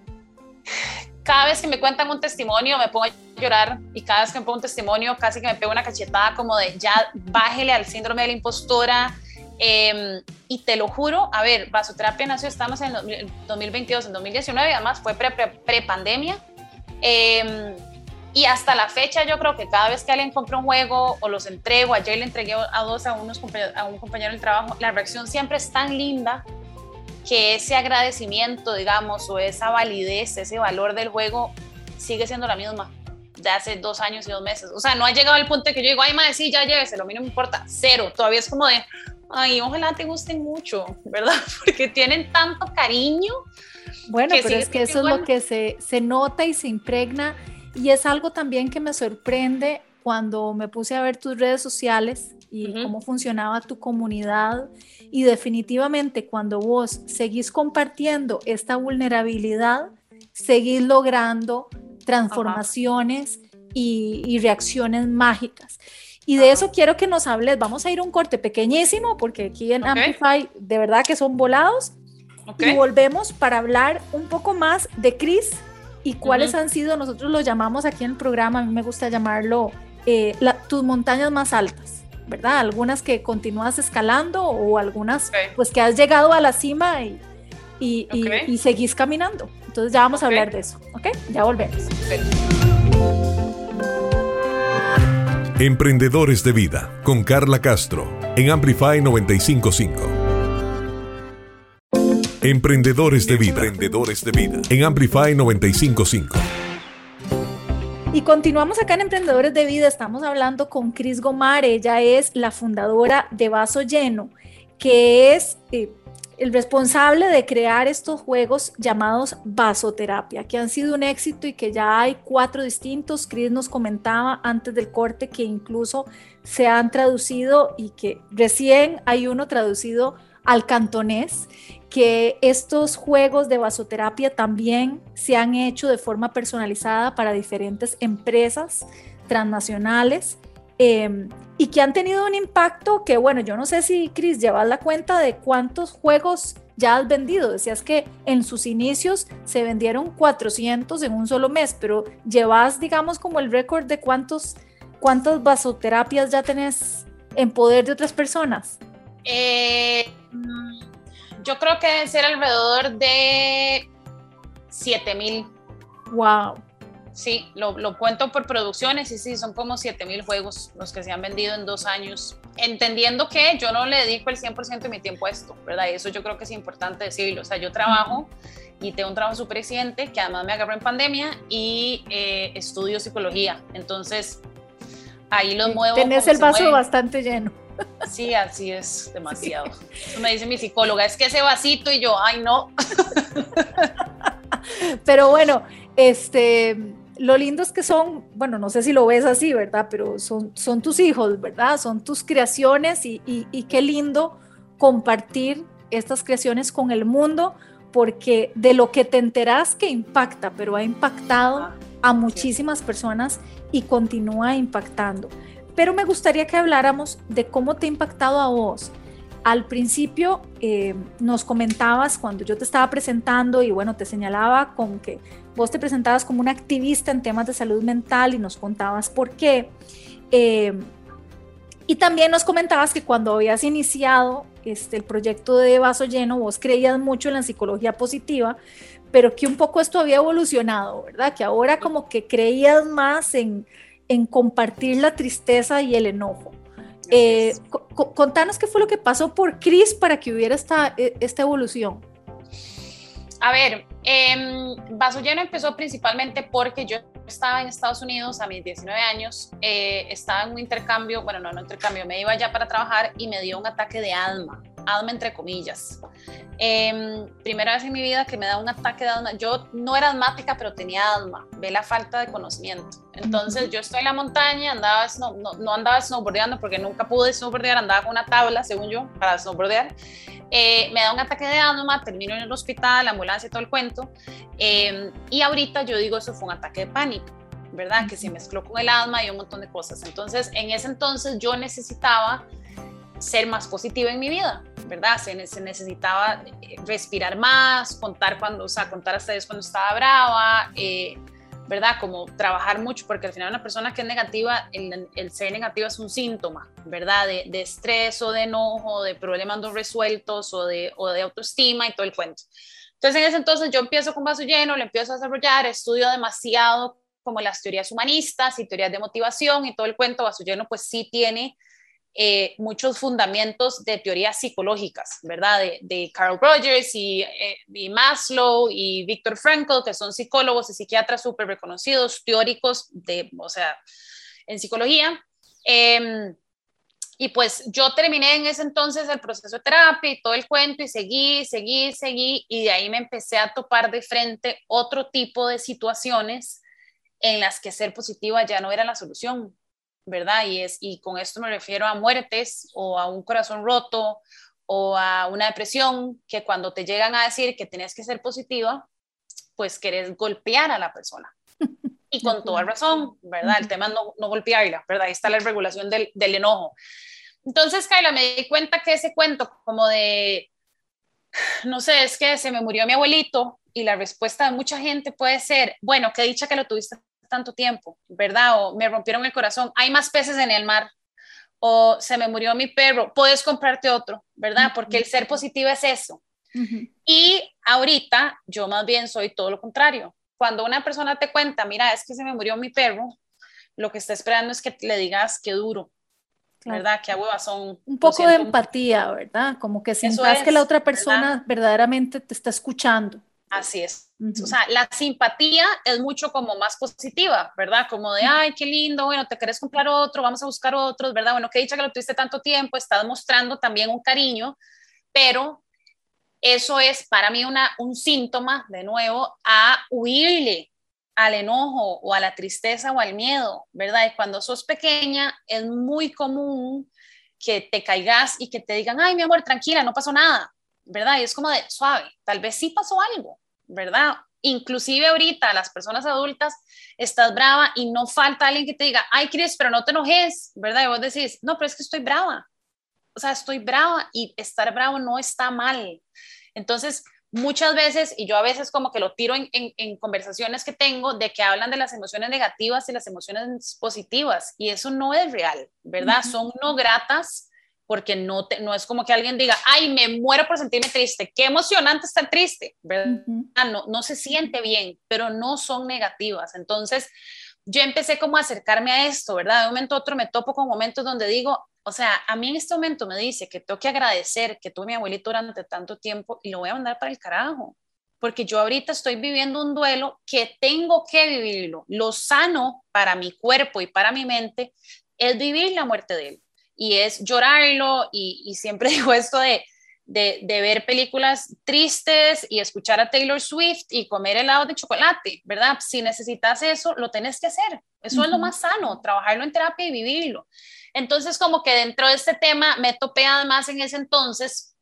cada vez que me cuentan un testimonio me pongo a llorar, y cada vez que me pongo un testimonio casi que me pego una cachetada como de ya bájele al síndrome de la impostora. Eh, y te lo juro, a ver, Vasoterapia nació, estamos en el dos mil veintidós, en dos mil diecinueve, además fue pre-pandemia. Pre, pre eh, y hasta la fecha yo creo que cada vez que alguien compra un juego o los entrego, ayer le entregué a dos a, unos, a un compañero del trabajo, la reacción siempre es tan linda que ese agradecimiento, digamos, o esa validez, ese valor del juego sigue siendo la misma de hace dos años y dos meses. O sea, no ha llegado al punto de que yo digo, ay, madre, sí, ya lléveselo, a mí no me importa, cero. Todavía es como de, ay, ojalá te gusten mucho, ¿verdad? Porque tienen tanto cariño. Bueno, pero es que eso es lo que se, se nota y se impregna, y es algo también que me sorprende cuando me puse a ver tus redes sociales y uh-huh. cómo funcionaba tu comunidad, y definitivamente cuando vos seguís compartiendo esta vulnerabilidad, seguís logrando transformaciones y, y reacciones mágicas. Y de eso quiero que nos hables. Vamos a ir a un corte pequeñísimo, porque aquí en okay. Amplify de verdad que son volados. Okay. Y volvemos para hablar un poco más de Cris y cuáles uh-huh. han sido, nosotros lo llamamos aquí en el programa, a mí me gusta llamarlo eh, la, tus montañas más altas, ¿verdad? Algunas que continúas escalando, o algunas okay. pues que has llegado a la cima y, y, okay. y, y seguís caminando. Entonces ya vamos okay. a hablar de eso, ¿ok? Ya volvemos. Okay. Emprendedores de Vida, con Carla Castro, en Amplify noventa y cinco punto cinco. Emprendedores de Vida, Emprendedores de Vida, en Amplify noventa y cinco punto cinco. Y continuamos acá en Emprendedores de Vida, estamos hablando con Cris Gomar. Ella es la fundadora de Vaso Lleno, que es eh, el responsable de crear estos juegos llamados Vasoterapia, que han sido un éxito y que ya hay cuatro distintos. Cris nos comentaba antes del corte que incluso se han traducido, y que recién hay uno traducido al cantonés, que estos juegos de vasoterapia también se han hecho de forma personalizada para diferentes empresas transnacionales, eh, y que han tenido un impacto que, bueno, yo no sé si, Cris, llevas la cuenta de cuántos juegos ya has vendido. Decías que en sus inicios se vendieron cuatrocientos en un solo mes, pero llevas, digamos, como el récord de cuántos, cuántas vasoterapias ya tenés en poder de otras personas. Eh... Yo creo que debe ser alrededor de siete mil. Wow. Sí, lo, lo cuento por producciones, y sí, son como siete mil juegos los que se han vendido en dos años. Entendiendo que yo no le dedico el cien por ciento de mi tiempo a esto, ¿verdad? Y eso yo creo que es importante decirlo. O sea, yo trabajo y tengo un trabajo súper exigente, que además me agarró en pandemia, y eh, estudio psicología. Entonces, ahí los muevo. Tenés el vaso mueven. Bastante lleno. Sí, así es, demasiado. Sí. Eso me dice mi psicóloga, es que ese vasito, y yo, ay, no. Pero bueno, este, lo lindo es que son, bueno, no sé si lo ves así, ¿verdad? Pero son, son tus hijos, ¿verdad? Son tus creaciones, y, y, y qué lindo compartir estas creaciones con el mundo, porque de lo que te enterás que impacta, pero ha impactado ah, a muchísimas sí. personas, y continúa impactando. Pero me gustaría que habláramos de cómo te ha impactado a vos. Al principio eh, nos comentabas, cuando yo te estaba presentando, y bueno, te señalaba como que vos te presentabas como una activista en temas de salud mental, y nos contabas por qué. Eh, Y también nos comentabas que cuando habías iniciado este, el proyecto de Vaso Lleno, vos creías mucho en la psicología positiva, pero que un poco esto había evolucionado, ¿verdad? Que ahora como que creías más en, en compartir la tristeza y el enojo. Eh, co- contanos qué fue lo que pasó por Cris para que hubiera esta, esta evolución. A ver, eh, Vaso Lleno empezó principalmente porque yo estaba en Estados Unidos a mis diecinueve años, eh, estaba en un intercambio, bueno, no, no intercambio, me iba allá para trabajar y me dio un ataque de asma, asma entre comillas. Eh, primera vez en mi vida que me da un ataque de asma. Yo no era asmática, pero tenía asma, ve la falta de conocimiento. Entonces uh-huh. yo estoy en la montaña, andaba snow, no, no andaba snowboardeando porque nunca pude snowboardear, andaba con una tabla, según yo, para snowboardear. Eh, me da un ataque de asma, termino en el hospital, la ambulancia y todo el cuento, eh, y ahorita yo digo eso fue un ataque de pánico, ¿verdad? Que se mezcló con el asma y un montón de cosas. Entonces en ese entonces yo necesitaba ser más positiva en mi vida, ¿verdad? Se, se necesitaba respirar más, contar cuando, o sea, contar hasta diez cuando estaba brava, eh, ¿verdad? Como trabajar mucho, porque al final una persona que es negativa, el, el ser negativa es un síntoma, ¿verdad? De, de estrés o de enojo, de problemas no resueltos o de, o de autoestima y todo el cuento. Entonces en ese entonces yo empiezo con Vaso Lleno, lo empiezo a desarrollar, estudio demasiado como las teorías humanistas y teorías de motivación y todo el cuento. Vaso Lleno pues sí tiene Eh, muchos fundamentos de teorías psicológicas, ¿verdad? De, de Carl Rogers y, eh, y Maslow y Viktor Frankl, que son psicólogos y psiquiatras súper reconocidos, teóricos de, o sea, en psicología. Eh, y pues yo terminé en ese entonces el proceso de terapia y todo el cuento y seguí, seguí, seguí y de ahí me empecé a topar de frente otro tipo de situaciones en las que ser positiva ya no era la solución, ¿verdad? Y, es, y con esto me refiero a muertes o a un corazón roto o a una depresión que cuando te llegan a decir que tienes que ser positiva, pues querés golpear a la persona. Y con toda razón, ¿verdad? El tema es no, no golpearla, ¿verdad? Ahí está la regulación del, del enojo. Entonces, Kayla, me di cuenta que ese cuento como de, no sé, es que se me murió mi abuelito y la respuesta de mucha gente puede ser, bueno, qué dicha que lo tuviste tanto tiempo, ¿verdad? O me rompieron el corazón, hay más peces en el mar, o se me murió mi perro, puedes comprarte otro, ¿verdad? Porque el ser positivo es eso. Uh-huh. Y ahorita yo más bien soy todo lo contrario. Cuando una persona te cuenta, mira, es que se me murió mi perro, lo que está esperando es que le digas qué duro, claro. ¿Verdad? Qué huevazón. Un poco de empatía, ¿verdad? Como que sientas es, que la otra persona, ¿verdad?, verdaderamente te está escuchando. Así es. Uh-huh. O sea, la simpatía es mucho como más positiva, ¿verdad? Como de, ay, qué lindo, bueno, te querés comprar otro, vamos a buscar otros, ¿verdad? Bueno, qué dicha que lo tuviste tanto tiempo, estás mostrando también un cariño, pero eso es para mí una, un síntoma, de nuevo, a huirle al enojo o a la tristeza o al miedo, ¿verdad? Y cuando sos pequeña es muy común que te caigas y que te digan, ay, mi amor, tranquila, no pasó nada, ¿verdad? Y es como de suave, tal vez sí pasó algo, ¿verdad? Inclusive ahorita las personas adultas estás brava y no falta alguien que te diga, ay, Cris, pero no te enojes, ¿verdad? Y vos decís, no, pero es que estoy brava, o sea, estoy brava y estar bravo no está mal. Entonces, muchas veces, y yo a veces como que lo tiro en, en, en conversaciones que tengo de que hablan de las emociones negativas y las emociones positivas, y eso no es real, ¿verdad? Uh-huh. Son no gratas, porque no, te, no es como que alguien diga, ay, me muero por sentirme triste, qué emocionante estar triste, ¿verdad? Uh-huh. No, no se siente bien, pero no son negativas. Entonces, yo empecé como a acercarme a esto, ¿verdad? De un momento a otro me topo con momentos donde digo, o sea, a mí en este momento me dice que tengo que agradecer que tuve a mi abuelito durante tanto tiempo y lo voy a mandar para el carajo, porque yo ahorita estoy viviendo un duelo que tengo que vivirlo. Lo sano para mi cuerpo y para mi mente es vivir la muerte de él. Y es llorarlo, y, y siempre digo esto de, de, de ver películas tristes y escuchar a Taylor Swift y comer helado de chocolate, ¿verdad? Si necesitas eso, lo tenés que hacer. Eso uh-huh. es lo más sano, trabajarlo en terapia y vivirlo. Entonces, como que dentro de este tema me topé además en ese entonces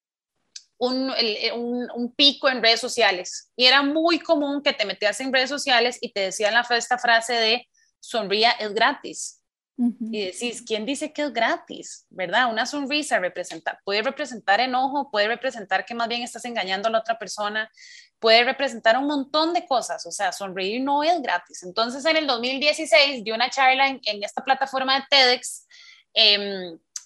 un, un, un pico en redes sociales. Y era muy común que te metías en redes sociales y te decían la, esta frase de sonría es gratis. Uh-huh. Y decís, ¿quién dice que es gratis? ¿Verdad? Una sonrisa representa, puede representar enojo, puede representar que más bien estás engañando a la otra persona, puede representar un montón de cosas. O sea, sonreír no es gratis. Entonces, en el dos mil dieciséis di una charla en, en esta plataforma de TEDx, eh,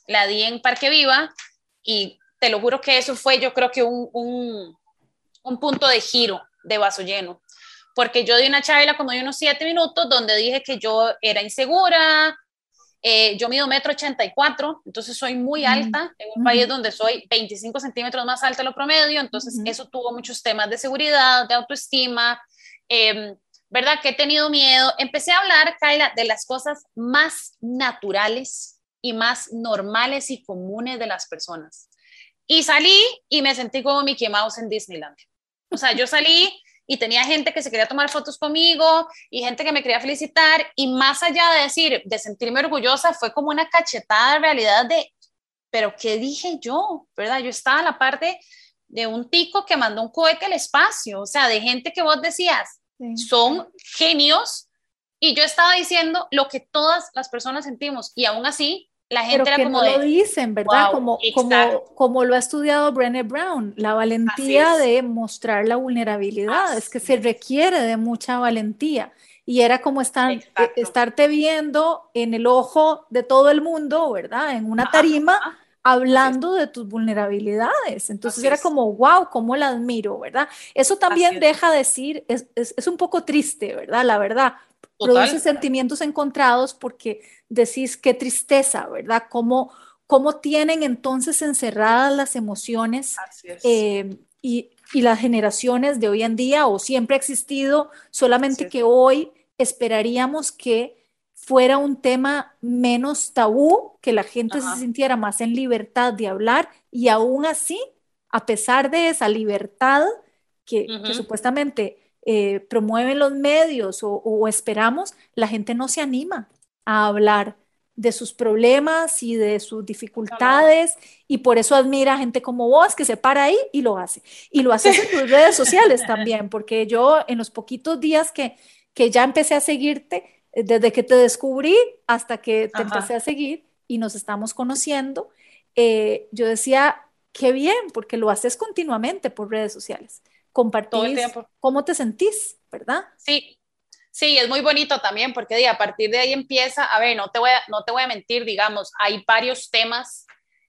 la di en Parque Viva y te lo juro que eso fue yo creo que un, un, un punto de giro de Vaso Lleno, porque yo di una charla como de unos siete minutos donde dije que yo era insegura. Eh, yo mido metro ochenta y cuatro, entonces soy muy alta en un uh-huh. país donde soy veinticinco centímetros más alta de lo promedio, entonces uh-huh. eso tuvo muchos temas de seguridad, de autoestima, eh, ¿verdad? Que he tenido miedo. Empecé a hablar, Kaila, de las cosas más naturales y más normales y comunes de las personas. Y salí y me sentí como Mickey Mouse en Disneyland. O sea, yo salí y tenía gente que se quería tomar fotos conmigo y gente que me quería felicitar, y más allá de decir, de sentirme orgullosa, fue como una cachetada de realidad de, pero ¿qué dije yo? ¿Verdad? Yo estaba en la parte de un tico que mandó un cohete al espacio, o sea, de gente que vos decías, sí. son genios, y yo estaba diciendo lo que todas las personas sentimos, y aún así la gente Pero era que como no de, lo dicen, ¿verdad? wow, como, como, como lo ha estudiado Brené Brown, la valentía es. de mostrar la vulnerabilidad, Así es que se requiere de mucha valentía. Y era como estar, eh, estarte viendo en el ojo de todo el mundo, ¿verdad? En una tarima, ajá, ajá. hablando de tus vulnerabilidades. Entonces Así era es. como, wow, cómo la admiro, ¿verdad? Eso también deja decir, es, es, es un poco triste, ¿verdad? La verdad. Total. Produce sentimientos encontrados porque decís qué tristeza, ¿verdad? Cómo, cómo tienen entonces encerradas las emociones eh, y, y las generaciones de hoy en día, o siempre ha existido, solamente que hoy esperaríamos que fuera un tema menos tabú, que la gente Ajá. se sintiera más en libertad de hablar, y aún así, a pesar de esa libertad que, uh-huh. que supuestamente Eh, promueven los medios o, o esperamos, la gente no se anima a hablar de sus problemas y de sus dificultades, no, no. y por eso admira a gente como vos que se para ahí y lo hace. Y lo haces en tus redes sociales también, porque yo en los poquitos días que, que ya empecé a seguirte, desde que te descubrí hasta que te Ajá. empecé a seguir y nos estamos conociendo, eh, yo decía, qué bien, porque lo haces continuamente por redes sociales. Compartís todo el tiempo. ¿Cómo te sentís, verdad? Sí, sí, es muy bonito también, porque a partir de ahí empieza, a ver, no te voy a, no te voy a mentir, digamos, hay varios temas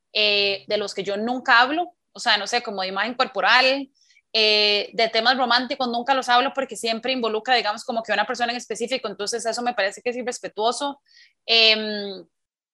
eh, de los que yo nunca hablo, o sea, no sé, como de imagen corporal, eh, de temas románticos nunca los hablo porque siempre involucra, digamos, como que una persona en específico, entonces eso me parece que es irrespetuoso. Eh,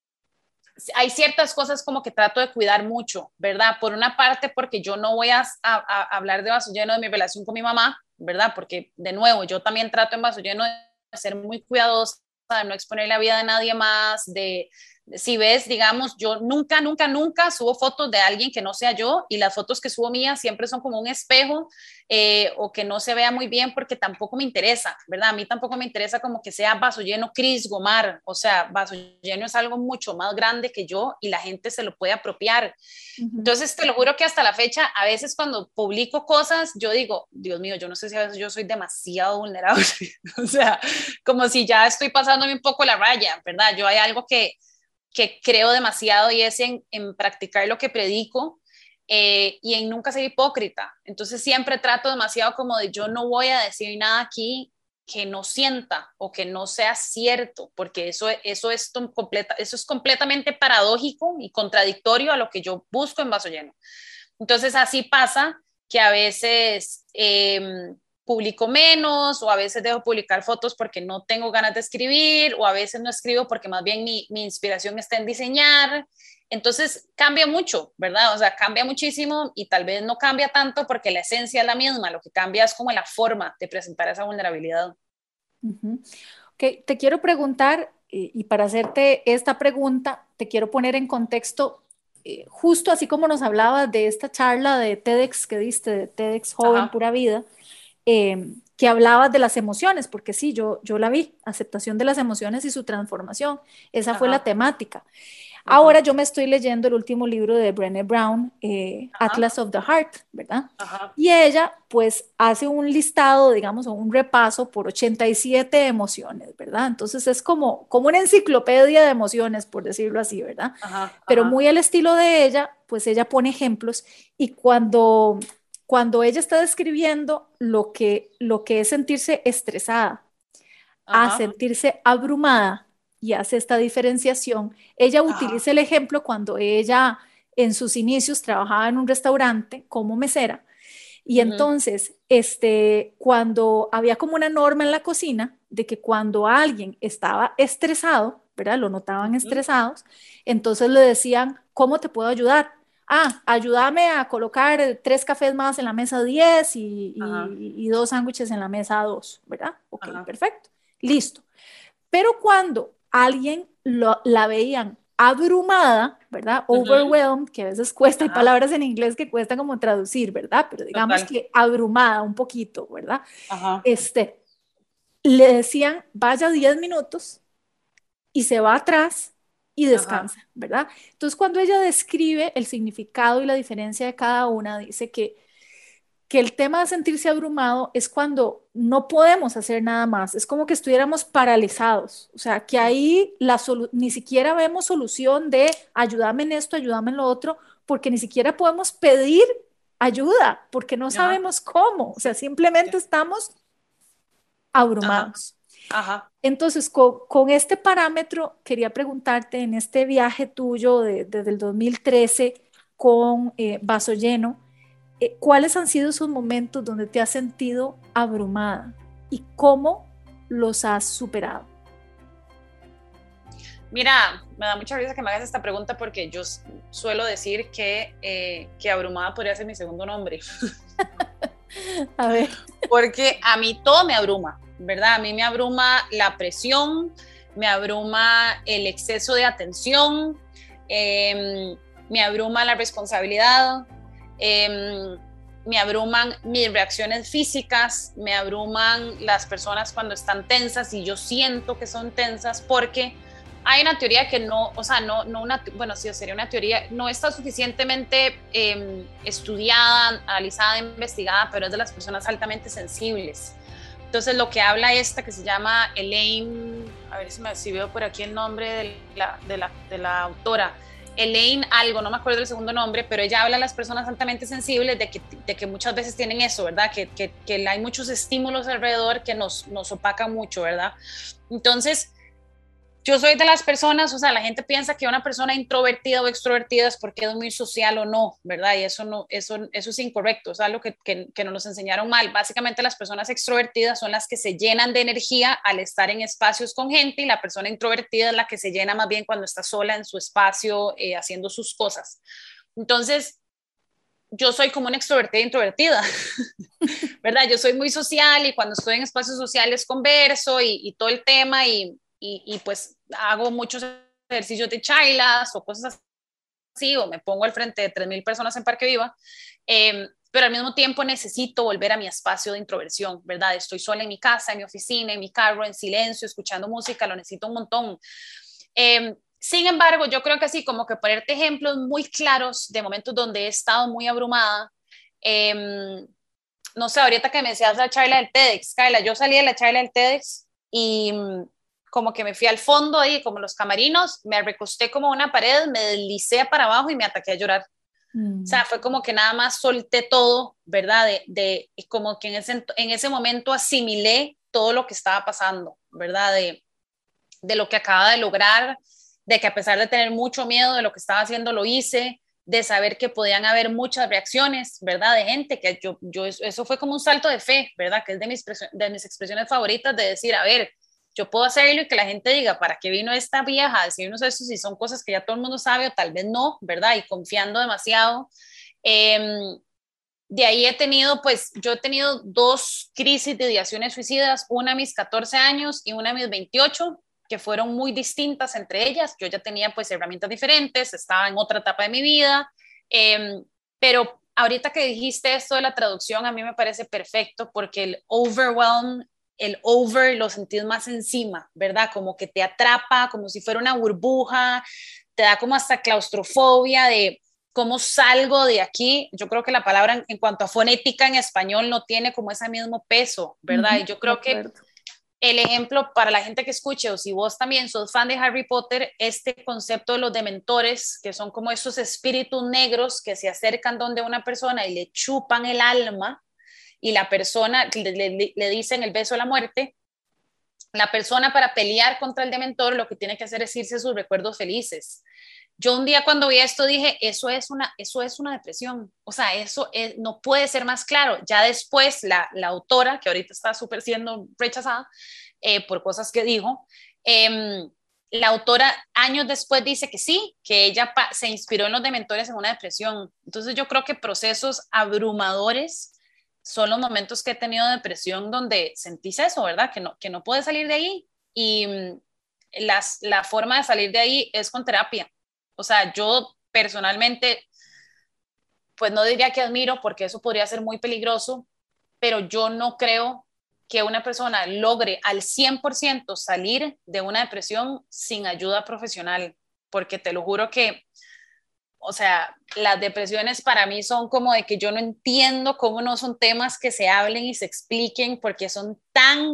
hay ciertas cosas como que trato de cuidar mucho, ¿verdad? Por una parte, porque yo no voy a, a, a hablar de Vaso Lleno de mi relación con mi mamá, ¿verdad? Porque, de nuevo, yo también trato en Vaso Lleno de ser muy cuidadosa, de no exponer la vida de nadie más, de, de, si ves, digamos, yo nunca, nunca, nunca subo fotos de alguien que no sea yo, y las fotos que subo mías siempre son como un espejo, eh, o que no se vea muy bien porque tampoco me interesa, ¿verdad? A mí tampoco me interesa como que sea Vaso Lleno Cris Gomar, o sea, Vaso Lleno es algo mucho más grande que yo y la gente se lo puede apropiar. Uh-huh. Entonces, te lo juro que hasta la fecha, a veces cuando publico cosas, yo digo, Dios mío, yo no sé si a veces yo soy demasiado vulnerable, o sea, como si ya estoy pasándome un poco la raya, ¿verdad? Yo hay algo que, que creo demasiado, y es en, en practicar lo que predico, eh, y en nunca ser hipócrita. Entonces siempre trato demasiado como de, yo no voy a decir nada aquí que no sienta o que no sea cierto, porque eso, eso, es, completa, eso es completamente paradójico y contradictorio a lo que yo busco en Vaso Lleno. Entonces así pasa que a veces eh, publico menos, o a veces dejo publicar fotos porque no tengo ganas de escribir, o a veces no escribo porque más bien mi, mi inspiración está en diseñar. Entonces cambia mucho, ¿verdad? O sea, cambia muchísimo, y tal vez no cambia tanto porque la esencia es la misma, lo que cambia es como la forma de presentar esa vulnerabilidad. Uh-huh. Ok, te quiero preguntar, eh, y para hacerte esta pregunta, te quiero poner en contexto, eh, justo así como nos hablabas de esta charla de TEDx que diste, de TEDx Joven Ajá. Pura Vida, eh, que hablabas de las emociones, porque sí, yo, yo la vi, aceptación de las emociones y su transformación, esa Ajá. fue la temática. Ajá. Ahora yo me estoy leyendo el último libro de Brené Brown, eh, Atlas of the Heart, ¿verdad? Ajá. Y ella pues hace un listado, digamos, o un repaso por ochenta y siete emociones, ¿verdad? Entonces es como, como una enciclopedia de emociones, por decirlo así, ¿verdad? Ajá. Pero muy al estilo de ella, pues ella pone ejemplos, y cuando, cuando ella está describiendo lo que, lo que es sentirse estresada, Ajá. a sentirse abrumada, y hace esta diferenciación. Ella Ajá. utiliza el ejemplo cuando ella en sus inicios trabajaba en un restaurante como mesera, y Ujú. entonces este, cuando había como una norma en la cocina de que cuando alguien estaba estresado, ¿verdad? Lo notaban Ujú. estresados, entonces le decían, ¿cómo te puedo ayudar? Ah, ayúdame a colocar tres cafés más en la mesa diez y, Ajá. y, y dos sándwiches en la mesa dos, ¿verdad? Ok, Ajá. perfecto, listo. Pero cuando alguien lo, la veían abrumada, ¿verdad? Ujú. Overwhelmed, que a veces cuesta, hay Ajá. palabras en inglés que cuesta como traducir, ¿verdad? Pero digamos Total. que abrumada un poquito, ¿verdad? Ajá. Este, le decían, vaya diez minutos y se va atrás y Ajá. descansa, ¿verdad? Entonces, cuando ella describe el significado y la diferencia de cada una, dice que que el tema de sentirse abrumado es cuando no podemos hacer nada más, es como que estuviéramos paralizados, o sea, que ahí la solu- ni siquiera vemos solución de ayúdame en esto, ayúdame en lo otro, porque ni siquiera podemos pedir ayuda, porque no Ajá. sabemos cómo, o sea, simplemente estamos Ajá. abrumados. Ajá. Entonces, con, con este parámetro, quería preguntarte en este viaje tuyo de- desde el dos mil trece con eh, Vaso Lleno, eh, ¿cuáles han sido esos momentos donde te has sentido abrumada y cómo los has superado? Mira, me da mucha risa que me hagas esta pregunta porque yo s- suelo decir que, eh, que abrumada podría ser mi segundo nombre, A ver. porque a mí todo me abruma, ¿verdad? A mí me abruma la presión, me abruma el exceso de atención, eh, me abruma la responsabilidad, eh, me abruman mis reacciones físicas, me abruman las personas cuando están tensas y yo siento que son tensas porque hay una teoría que no, o sea, no, no una, bueno, sí, sería una teoría, no está suficientemente eh, estudiada, analizada, investigada, pero es de las personas altamente sensibles. Entonces, lo que habla esta, que se llama Elaine, a ver si, me, si veo por aquí el nombre de la, de la, de la autora, Elaine algo, no me acuerdo el segundo nombre, pero ella habla a las personas altamente sensibles de que, de que muchas veces tienen eso, ¿verdad? Que, que, que hay muchos estímulos alrededor que nos, nos opacan mucho, ¿verdad? Entonces, yo soy de las personas, o sea, la gente piensa que una persona introvertida o extrovertida es porque es muy social o no, ¿verdad? Y eso no, eso, eso es incorrecto, o sea, algo que, que, que nos enseñaron mal. Básicamente las personas extrovertidas son las que se llenan de energía al estar en espacios con gente y la persona introvertida es la que se llena más bien cuando está sola en su espacio eh, haciendo sus cosas. Entonces, yo soy como una extrovertida introvertida, ¿verdad? Yo soy muy social y cuando estoy en espacios sociales converso y, y todo el tema y, y, y pues hago muchos ejercicios de chailas o cosas así, o me pongo al frente de tres mil personas en Parque Viva, eh, pero al mismo tiempo necesito volver a mi espacio de introversión, ¿verdad? Estoy sola en mi casa, en mi oficina, en mi carro, en silencio, escuchando música, lo necesito un montón. Eh, sin embargo, yo creo que así como que ponerte ejemplos muy claros de momentos donde he estado muy abrumada, eh, no sé, ahorita que me decías la charla del TEDx, Kyla, yo salí de la charla del TEDx y mm, como que me fui al fondo ahí, como los camarinos, me recosté como una pared, me deslicé para abajo y me ataqué a llorar. O Mm. sea, fue como que nada más solté todo, ¿verdad? De, de como que en ese, en ese momento asimilé todo lo que estaba pasando, ¿verdad? De, de lo que acaba de lograr, de que a pesar de tener mucho miedo de lo que estaba haciendo, lo hice, de saber que podían haber muchas reacciones, ¿verdad? De gente, que yo, yo eso fue como un salto de fe, ¿verdad? Que es de mis, de mis expresiones favoritas de decir, a ver, yo puedo hacerlo y que la gente diga, ¿para qué vino esta vieja a decirnos eso si son cosas que ya todo el mundo sabe o tal vez no, ¿verdad? Y confiando demasiado. Eh, de ahí he tenido, pues, yo he tenido dos crisis de ideaciones suicidas, una a mis catorce años y una a mis veintiocho, que fueron muy distintas entre ellas. Yo ya tenía, pues, herramientas diferentes, estaba en otra etapa de mi vida, eh, pero ahorita que dijiste esto de la traducción, a mí me parece perfecto porque el overwhelm, el over, lo sentís más encima, ¿verdad? Como que te atrapa, como si fuera una burbuja, te da como hasta claustrofobia de cómo salgo de aquí. Yo creo que la palabra en, en cuanto a fonética en español no tiene como ese mismo peso, ¿verdad? Ujú, Y yo de creo que acuerdo. el ejemplo para la gente que escuche, o si vos también sos fan de Harry Potter, este concepto de los dementores, que son como esos espíritus negros que se acercan donde una persona y le chupan el alma y la persona le, le, le dicen el beso de la muerte, La persona para pelear contra el dementor lo que tiene que hacer es irse a sus recuerdos felices. Yo un día cuando vi esto dije, eso es una, eso es una depresión, o sea, eso es, no puede ser más claro. Ya después la, la autora, que ahorita está súper siendo rechazada eh, por cosas que dijo, eh, la autora años después dice que sí, que ella se inspiró en los dementores en una depresión. Entonces yo creo que procesos abrumadores son los momentos que he tenido de depresión donde sentís eso, ¿verdad? Que no, que no puedes salir de ahí. Y mm, las, la forma de salir de ahí es con terapia. O sea, yo personalmente, pues no diría que admiro, porque eso podría ser muy peligroso, pero yo no creo que una persona logre al cien por ciento salir de una depresión sin ayuda profesional, porque te lo juro que, o sea, las depresiones para mí son como de que yo no entiendo cómo no son temas que se hablen y se expliquen, porque son tan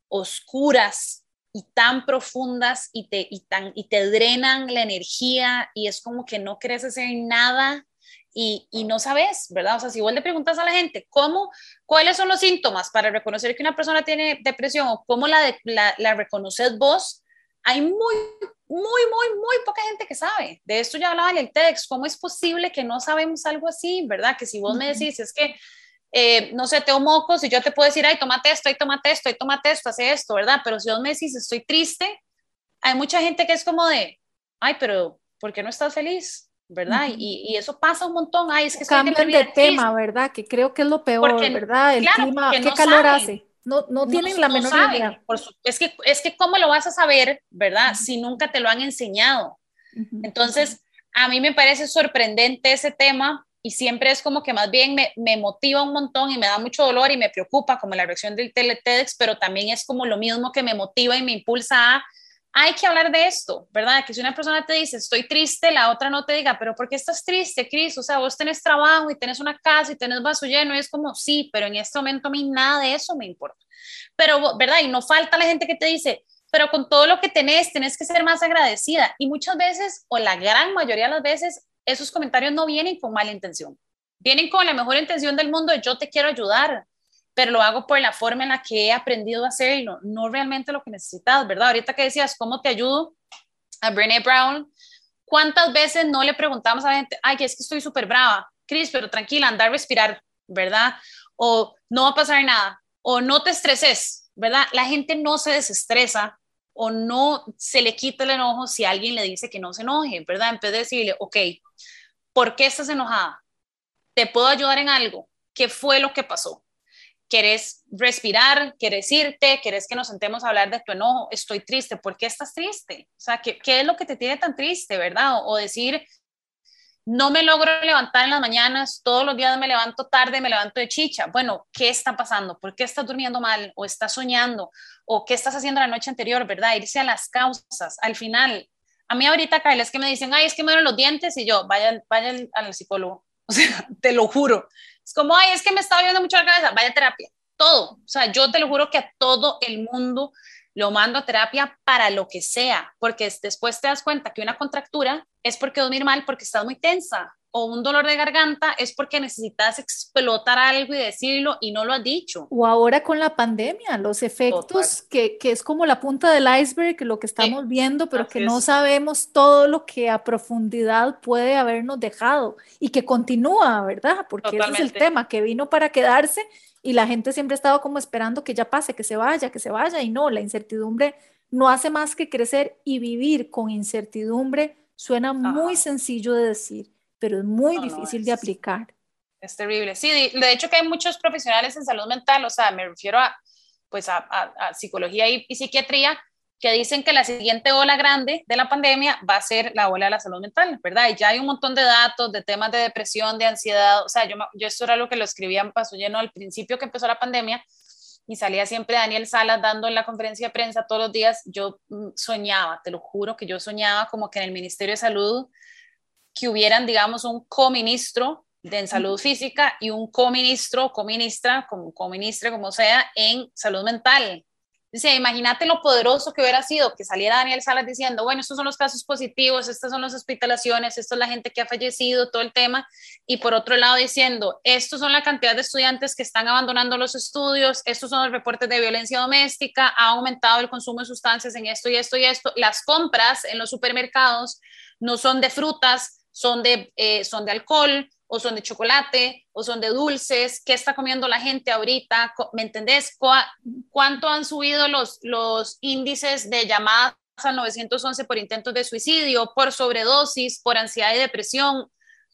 oscuras y tan profundas y te, y, tan, y te drenan la energía y es como que no quieres hacer nada y, y no sabes, ¿verdad? O sea, si vos le preguntas a la gente cómo, cuáles son los síntomas para reconocer que una persona tiene depresión o cómo la, la, la reconoces vos, hay muy, muy, muy, muy poca gente que sabe. De esto ya hablaba en el TEDx, ¿cómo es posible que no sabemos algo así, ¿verdad? Que si vos me decís, es que Eh, no sé, tengo mocos y yo te puedo decir, ay, tómate esto, ay, tómate esto, ay, tómate esto, hace esto, ¿verdad? Pero si vos me decís, estoy triste, hay mucha gente que es como de, ay, pero ¿por qué no estás feliz? ¿Verdad? Uh-huh. Y, y eso pasa un montón, ay, es que estoy Cambian deprimida, de tema, triste. ¿verdad? Que creo que es lo peor, Porque, ¿verdad? El claro, clima, porque ¿qué no calor saben, hace? No, no no, tienen la no menor saben. idea. Por su, es, que, es que cómo lo vas a saber, ¿verdad? Si nunca te lo han enseñado. Uh-huh. Entonces, a mí me parece sorprendente ese tema y siempre es como que más bien me, me motiva un montón y me da mucho dolor y me preocupa como la reacción del TEDx, pero también es como lo mismo que me motiva y me impulsa a, hay que hablar de esto, ¿verdad? Que si una persona te dice, estoy triste, la otra no te diga, pero ¿por qué estás triste, Cris? O sea, vos tenés trabajo y tenés una casa y tenés vaso lleno y es como, sí, pero en este momento a mí nada de eso me importa. Pero, ¿verdad? Y no falta la gente que te dice, pero con todo lo que tenés, tenés que ser más agradecida. Y muchas veces, o la gran mayoría de las veces, esos comentarios no vienen con mala intención. Vienen con la mejor intención del mundo de yo te quiero ayudar, pero lo hago por la forma en la que he aprendido a hacerlo, no realmente lo que necesitas, ¿verdad? Ahorita que decías, ¿cómo te ayudo? A Brené Brown, ¿cuántas veces no le preguntamos a la gente, ay, es que estoy súper brava, Cris, pero tranquila, anda a respirar, ¿verdad? O no va a pasar nada, o no te estreses, ¿verdad? La gente no se desestresa o no se le quita el enojo si alguien le dice que no se enoje, ¿verdad? En vez de decirle, ok, ¿por qué estás enojada? ¿Te puedo ayudar en algo? ¿Qué fue lo que pasó? ¿Querés respirar? ¿Querés irte? ¿Querés que nos sentemos a hablar de tu enojo? Estoy triste. ¿Por qué estás triste? O sea, ¿qué, qué es lo que te tiene tan triste, verdad? O, o decir, no me logro levantar en las mañanas, todos los días me levanto tarde, me levanto de chicha. Bueno, ¿qué está pasando? ¿Por qué estás durmiendo mal? ¿O estás soñando? ¿O qué estás haciendo la noche anterior, verdad? Irse a las causas. Al final, a mí ahorita, Kyle, es que me dicen, ay, es que me duelen los dientes y yo, vaya, vaya al, al psicólogo. O sea, te lo juro. Es como, ay, es que me está doliendo mucho la cabeza, vaya a terapia. Todo. O sea, yo te lo juro que a todo el mundo lo mando a terapia para lo que sea, porque después te das cuenta que una contractura es porque dormir mal porque estás muy tensa, o un dolor de garganta es porque necesitas explotar algo y decirlo y no lo has dicho. O ahora con la pandemia, los efectos que, que es como la punta del iceberg, lo que estamos Sí, viendo, pero que no es. sabemos todo lo que a profundidad puede habernos dejado y que continúa, ¿verdad? Porque ese es el Totalmente. tema, que vino para quedarse y la gente siempre ha estado como esperando que ya pase, que se vaya, que se vaya, y no, la incertidumbre no hace más que crecer y vivir con incertidumbre suena muy Ajá. sencillo de decir, pero es muy No, no difícil de es. aplicar. Es terrible. Sí, de, de hecho que hay muchos profesionales en salud mental, o sea, me refiero a, pues a, a, a psicología y, y psiquiatría, que dicen que la siguiente ola grande de la pandemia va a ser la ola de la salud mental, ¿verdad? Y ya hay un montón de datos de temas de depresión, de ansiedad, o sea, yo, yo esto era lo que lo escribía en Paso Lleno al principio que empezó la pandemia, y salía siempre Daniel Salas dando en la conferencia de prensa todos los días, yo soñaba, te lo juro que yo soñaba como que en el Ministerio de Salud que hubieran, digamos, un coministro de en salud física y un coministro, coministra, como coministra, como sea, en salud mental, Dice, imagínate lo poderoso que hubiera sido que saliera Daniel Salas diciendo, bueno, estos son los casos positivos, estas son las hospitalizaciones, esto es la gente que ha fallecido, todo el tema, y por otro lado diciendo, estos son la cantidad de estudiantes que están abandonando los estudios, estos son los reportes de violencia doméstica, ha aumentado el consumo de sustancias en esto y esto y esto, las compras en los supermercados no son de frutas, son de, eh, son de alcohol, o son de chocolate, o son de dulces, ¿qué está comiendo la gente ahorita? ¿Me entendés? ¿Cuánto han subido los, los índices de llamadas al nueve once por intentos de suicidio, por sobredosis, por ansiedad y depresión?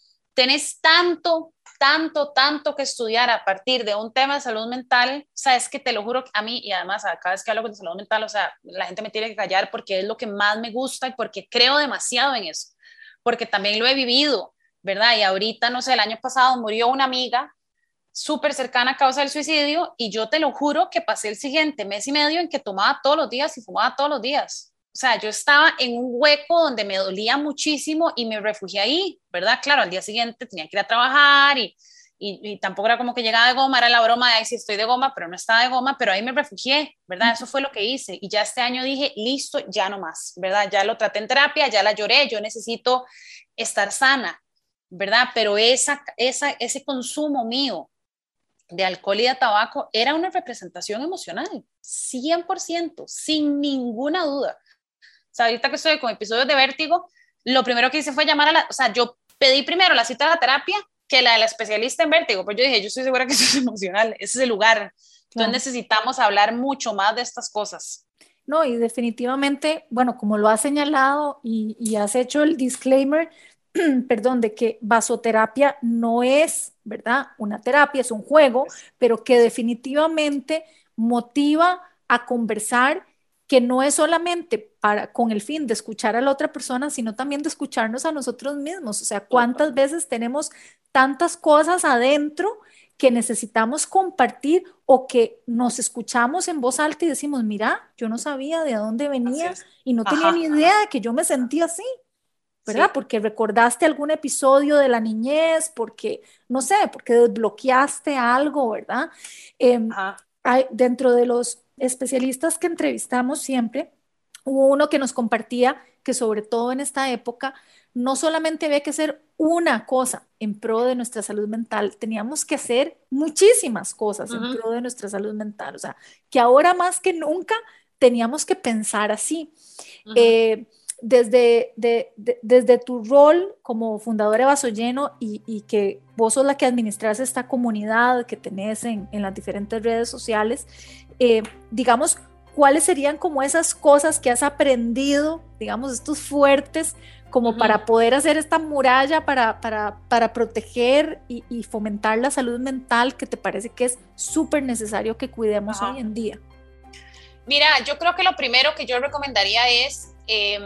Tenés tanto, tanto, tanto que estudiar a partir de un tema de salud mental, o sea, es que te lo juro a mí, y además cada vez que hablo de salud mental, o sea, la gente me tiene que callar porque es lo que más me gusta y porque creo demasiado en eso, porque también lo he vivido, ¿verdad? Y ahorita, no sé, el año pasado murió una amiga súper cercana a causa del suicidio y yo te lo juro que pasé el siguiente mes y medio en que tomaba todos los días y fumaba todos los días. O sea, yo estaba en un hueco donde me dolía muchísimo y me refugié ahí, ¿verdad? Claro, al día siguiente tenía que ir a trabajar y, y, y tampoco era como que llegaba de goma, era la broma de, ay, sí estoy de goma, pero no estaba de goma, pero ahí me refugié, ¿verdad? Eso fue lo que hice y ya este año dije, listo, ya no más, ¿verdad? Ya lo traté en terapia, ya la lloré, yo necesito estar sana, ¿verdad? Pero esa, esa, ese consumo mío de alcohol y de tabaco era una representación emocional, cien por ciento, sin ninguna duda. O sea, ahorita que estoy con episodios de vértigo, lo primero que hice fue llamar a la, o sea, yo pedí primero la cita de la terapia que la de la especialista en vértigo, pues yo dije, yo estoy segura que eso es emocional, ese es el lugar. Entonces claro, necesitamos hablar mucho más de estas cosas. No, y definitivamente, bueno, como lo has señalado y, y has hecho el disclaimer, perdón, de que vasoterapia no es, ¿verdad? Una terapia, es un juego, pero que definitivamente motiva a conversar, que no es solamente para, con el fin de escuchar a la otra persona, sino también de escucharnos a nosotros mismos. O sea, ¿cuántas veces tenemos tantas cosas adentro que necesitamos compartir o que nos escuchamos en voz alta y decimos, mira, yo no sabía de dónde venía y no tenía Ajá. ni idea de que yo me sentía así? ¿Verdad? Sí. Porque recordaste algún episodio de la niñez, porque, no sé, porque desbloqueaste algo, ¿verdad? Eh, hay, dentro de los especialistas que entrevistamos siempre, hubo uno que nos compartía que sobre todo en esta época, no solamente había que hacer una cosa en pro de nuestra salud mental, teníamos que hacer muchísimas cosas uh-huh. en pro de nuestra salud mental, o sea, que ahora más que nunca teníamos que pensar así. Uh-huh. Eh, Desde, de, de, desde tu rol como fundadora de Vaso Lleno y, y que vos sos la que administras esta comunidad que tenés en, en las diferentes redes sociales, eh, digamos, ¿cuáles serían como esas cosas que has aprendido, digamos, estos fuertes, como uh-huh. para poder hacer esta muralla, para, para, para proteger y, y fomentar la salud mental que te parece que es súper necesario que cuidemos uh-huh. hoy en día? Mira, yo creo que lo primero que yo recomendaría es Eh,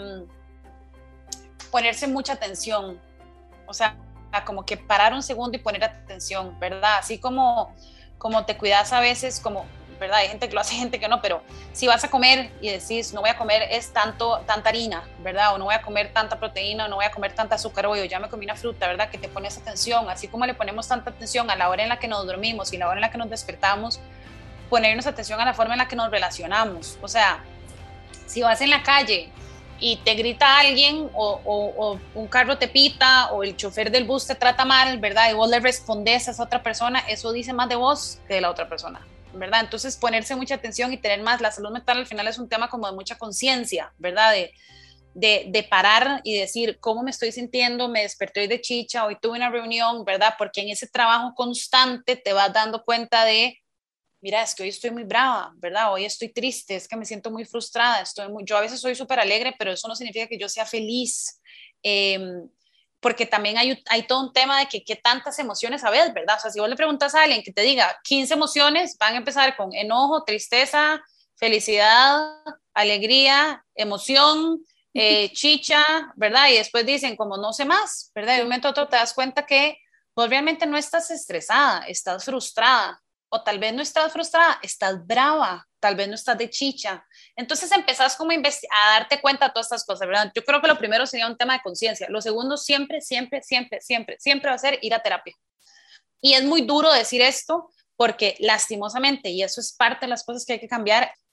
ponerse mucha atención, o sea, como que parar un segundo y poner atención, ¿verdad? Así como, como te cuidas a veces, como, ¿verdad? Hay gente que lo hace, gente que no, pero si vas a comer y decís, no voy a comer es tanto, tanta harina, ¿verdad? O no voy a comer tanta proteína, o no voy a comer tanta azúcar, o yo ya me comí una fruta, ¿verdad? Que te pones atención, así como le ponemos tanta atención a la hora en la que nos dormimos y la hora en la que nos despertamos, ponernos atención a la forma en la que nos relacionamos, o sea, si vas en la calle y te grita alguien o, o, o un carro te pita o el chofer del bus te trata mal, ¿verdad? Y vos le respondes a esa otra persona, eso dice más de vos que de la otra persona, ¿verdad? Entonces ponerse mucha atención y tener más, la salud mental al final es un tema como de mucha conciencia, ¿verdad? De, de, de parar y decir, ¿cómo me estoy sintiendo? Me desperté hoy de chicha, hoy tuve una reunión, ¿verdad? Porque en ese trabajo constante te vas dando cuenta de, mira, es que hoy estoy muy brava, ¿verdad? Hoy estoy triste, es que me siento muy frustrada, estoy muy, yo a veces soy súper alegre, pero eso no significa que yo sea feliz, eh, porque también hay, hay todo un tema de que qué tantas emociones a veces, ¿verdad? O sea, si vos le preguntas a alguien que te diga quince emociones, van a empezar con enojo, tristeza, felicidad, alegría, emoción, eh, chicha, ¿verdad? Y después dicen como no sé más, ¿verdad? Y de un momento a otro te das cuenta que vos realmente no estás estresada, estás frustrada. O tal vez no estás frustrada, estás brava, tal vez no estás de chicha. Entonces empezás como a, investi- a darte cuenta de todas estas cosas, ¿verdad? Yo creo que lo primero sería un tema de conciencia. Lo segundo siempre, siempre, siempre, siempre, siempre va a ser ir a terapia. Y es muy duro decir esto porque lastimosamente, y eso es parte de las cosas que hay que cambiar,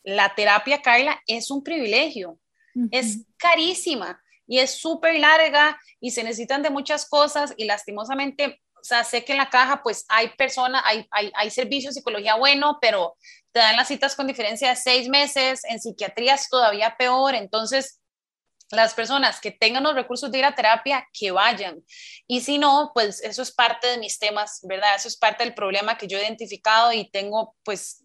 la terapia, Carla, es un privilegio, uh-huh. Es carísima y es súper larga y se necesitan de muchas cosas y lastimosamente, o sea, sé que en la caja pues hay personas, hay, hay, hay servicios de psicología bueno, pero te dan las citas con diferencia de seis meses, en psiquiatría es todavía peor, entonces las personas que tengan los recursos de ir a terapia, que vayan. Y si no, pues eso es parte de mis temas, ¿verdad? Eso es parte del problema que yo he identificado y tengo, pues,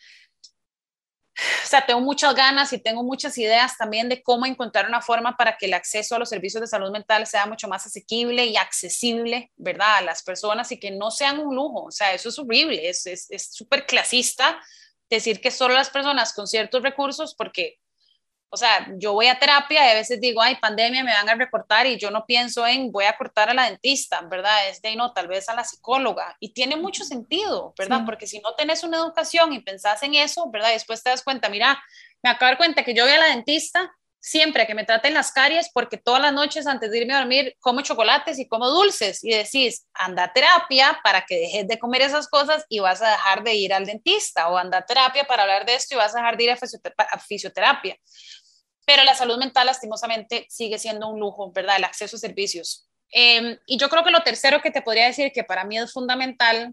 o sea, tengo muchas ganas y tengo muchas ideas también de cómo encontrar una forma para que el acceso a los servicios de salud mental sea mucho más asequible y accesible, ¿verdad? A las personas y que no sean un lujo. O sea, eso es horrible, es es, es súper clasista decir que solo las personas con ciertos recursos, porque o sea, yo voy a terapia y a veces digo, ay, pandemia, me van a recortar y yo no pienso en voy a cortar a la dentista, ¿verdad? Es de no, tal vez a la psicóloga. Y tiene mucho sentido, ¿verdad? Sí. Porque si no tenés una educación y pensás en eso, ¿verdad? Y después te das cuenta, mira, me acabo de dar cuenta que yo voy a la dentista siempre que me traten las caries porque todas las noches antes de irme a dormir como chocolates y como dulces y decís, anda a terapia para que dejes de comer esas cosas y vas a dejar de ir al dentista, o anda a terapia para hablar de esto y vas a dejar de ir a, fisioterapia. A fisioterapia. Pero la salud mental lastimosamente sigue siendo un lujo, ¿verdad? El acceso a servicios. Eh, y yo creo que lo tercero que te podría decir que para mí es fundamental,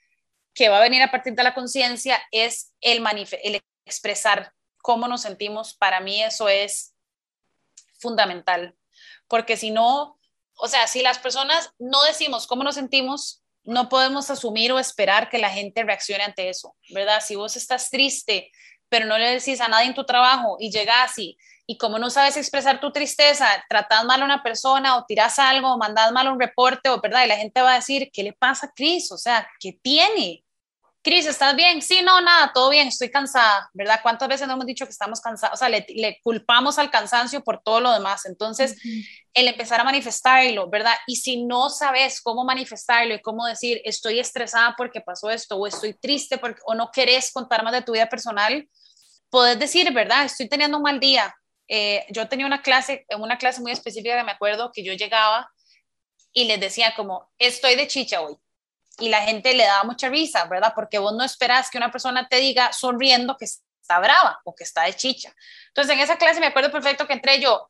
que va a venir a partir de la conciencia, es el, el expresar cómo nos sentimos. Para mí eso es fundamental, porque si no, o sea, si las personas no decimos cómo nos sentimos, no podemos asumir o esperar que la gente reaccione ante eso, ¿verdad? Si vos estás triste, pero no le decís a nadie en tu trabajo y llegas y, y como no sabes expresar tu tristeza, tratás mal a una persona o tirás algo o mandás mal un reporte, o, ¿verdad? Y la gente va a decir, ¿qué le pasa a Cris? O sea, ¿qué tiene? Cris, ¿estás bien? Sí, no, nada, todo bien, estoy cansada, ¿verdad? ¿Cuántas veces nos hemos dicho que estamos cansados? O sea, le, le culpamos al cansancio por todo lo demás. Entonces, uh-huh. el empezar a manifestarlo, ¿verdad? Y si no sabes cómo manifestarlo y cómo decir, estoy estresada porque pasó esto, o estoy triste porque, o no querés contar más de tu vida personal, podés decir, ¿verdad? Estoy teniendo un mal día. Eh, yo tenía una clase, una clase muy específica que me acuerdo que yo llegaba y les decía como, estoy de chicha hoy. Y la gente le daba mucha risa, ¿verdad? Porque vos no esperás que una persona te diga sonriendo que está brava o que está de chicha. Entonces, en esa clase me acuerdo perfecto que entré yo,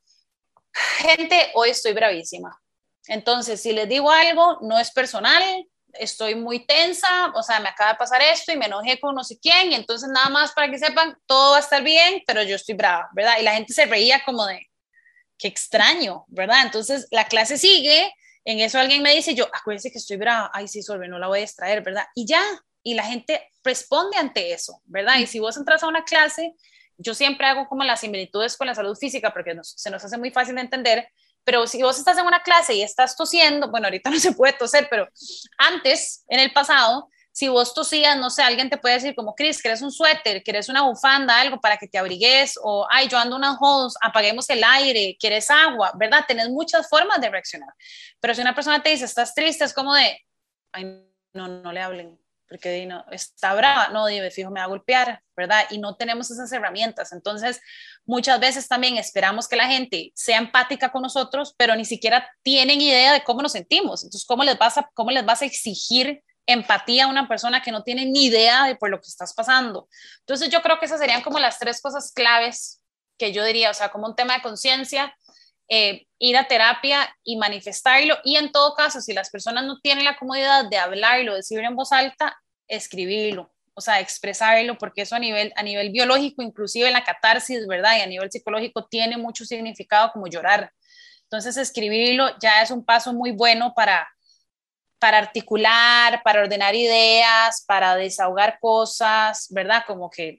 gente, hoy estoy bravísima. Entonces, si les digo algo, no es personal, estoy muy tensa, o sea, me acaba de pasar esto y me enojé con no sé quién, y entonces nada más para que sepan, todo va a estar bien, pero yo estoy brava, ¿verdad? Y la gente se reía como de, qué extraño, ¿verdad? Entonces, la clase sigue. En eso alguien me dice, yo, acuérdense que estoy brava, ay sí, Sorbe, no la voy a distraer, ¿verdad? Y ya, y la gente responde ante eso, ¿verdad? Y si vos entras a una clase, yo siempre hago como las similitudes con la salud física, porque nos, se nos hace muy fácil de entender, pero si vos estás en una clase y estás tosiendo, bueno, ahorita no se puede toser, pero antes, en el pasado, si vos tosías, no sé, alguien te puede decir como, Cris, ¿querés un suéter? ¿Querés una bufanda? Algo para que te abrigues, o, ay, yo ando unas halls, apaguemos el aire, ¿quieres agua? ¿Verdad? Tenés muchas formas de reaccionar. Pero si una persona te dice, estás triste, es como de, ay, no, no le hablen, porque no, está brava, no, dime, fijo, me va a golpear, ¿verdad? Y no tenemos esas herramientas. Entonces, muchas veces también esperamos que la gente sea empática con nosotros, pero ni siquiera tienen idea de cómo nos sentimos. Entonces, ¿cómo les vas a, cómo les vas a exigir empatía a una persona que no tiene ni idea de por lo que estás pasando? Entonces yo creo que esas serían como las tres cosas claves que yo diría, o sea, como un tema de conciencia, eh, ir a terapia y manifestarlo, y en todo caso, si las personas no tienen la comodidad de hablarlo, decirlo en voz alta, escribirlo, o sea, expresarlo, porque eso a nivel, a nivel biológico, inclusive en la catarsis, ¿verdad? Y a nivel psicológico tiene mucho significado como llorar. Entonces escribirlo ya es un paso muy bueno para para articular, para ordenar ideas, para desahogar cosas, ¿verdad? Como que,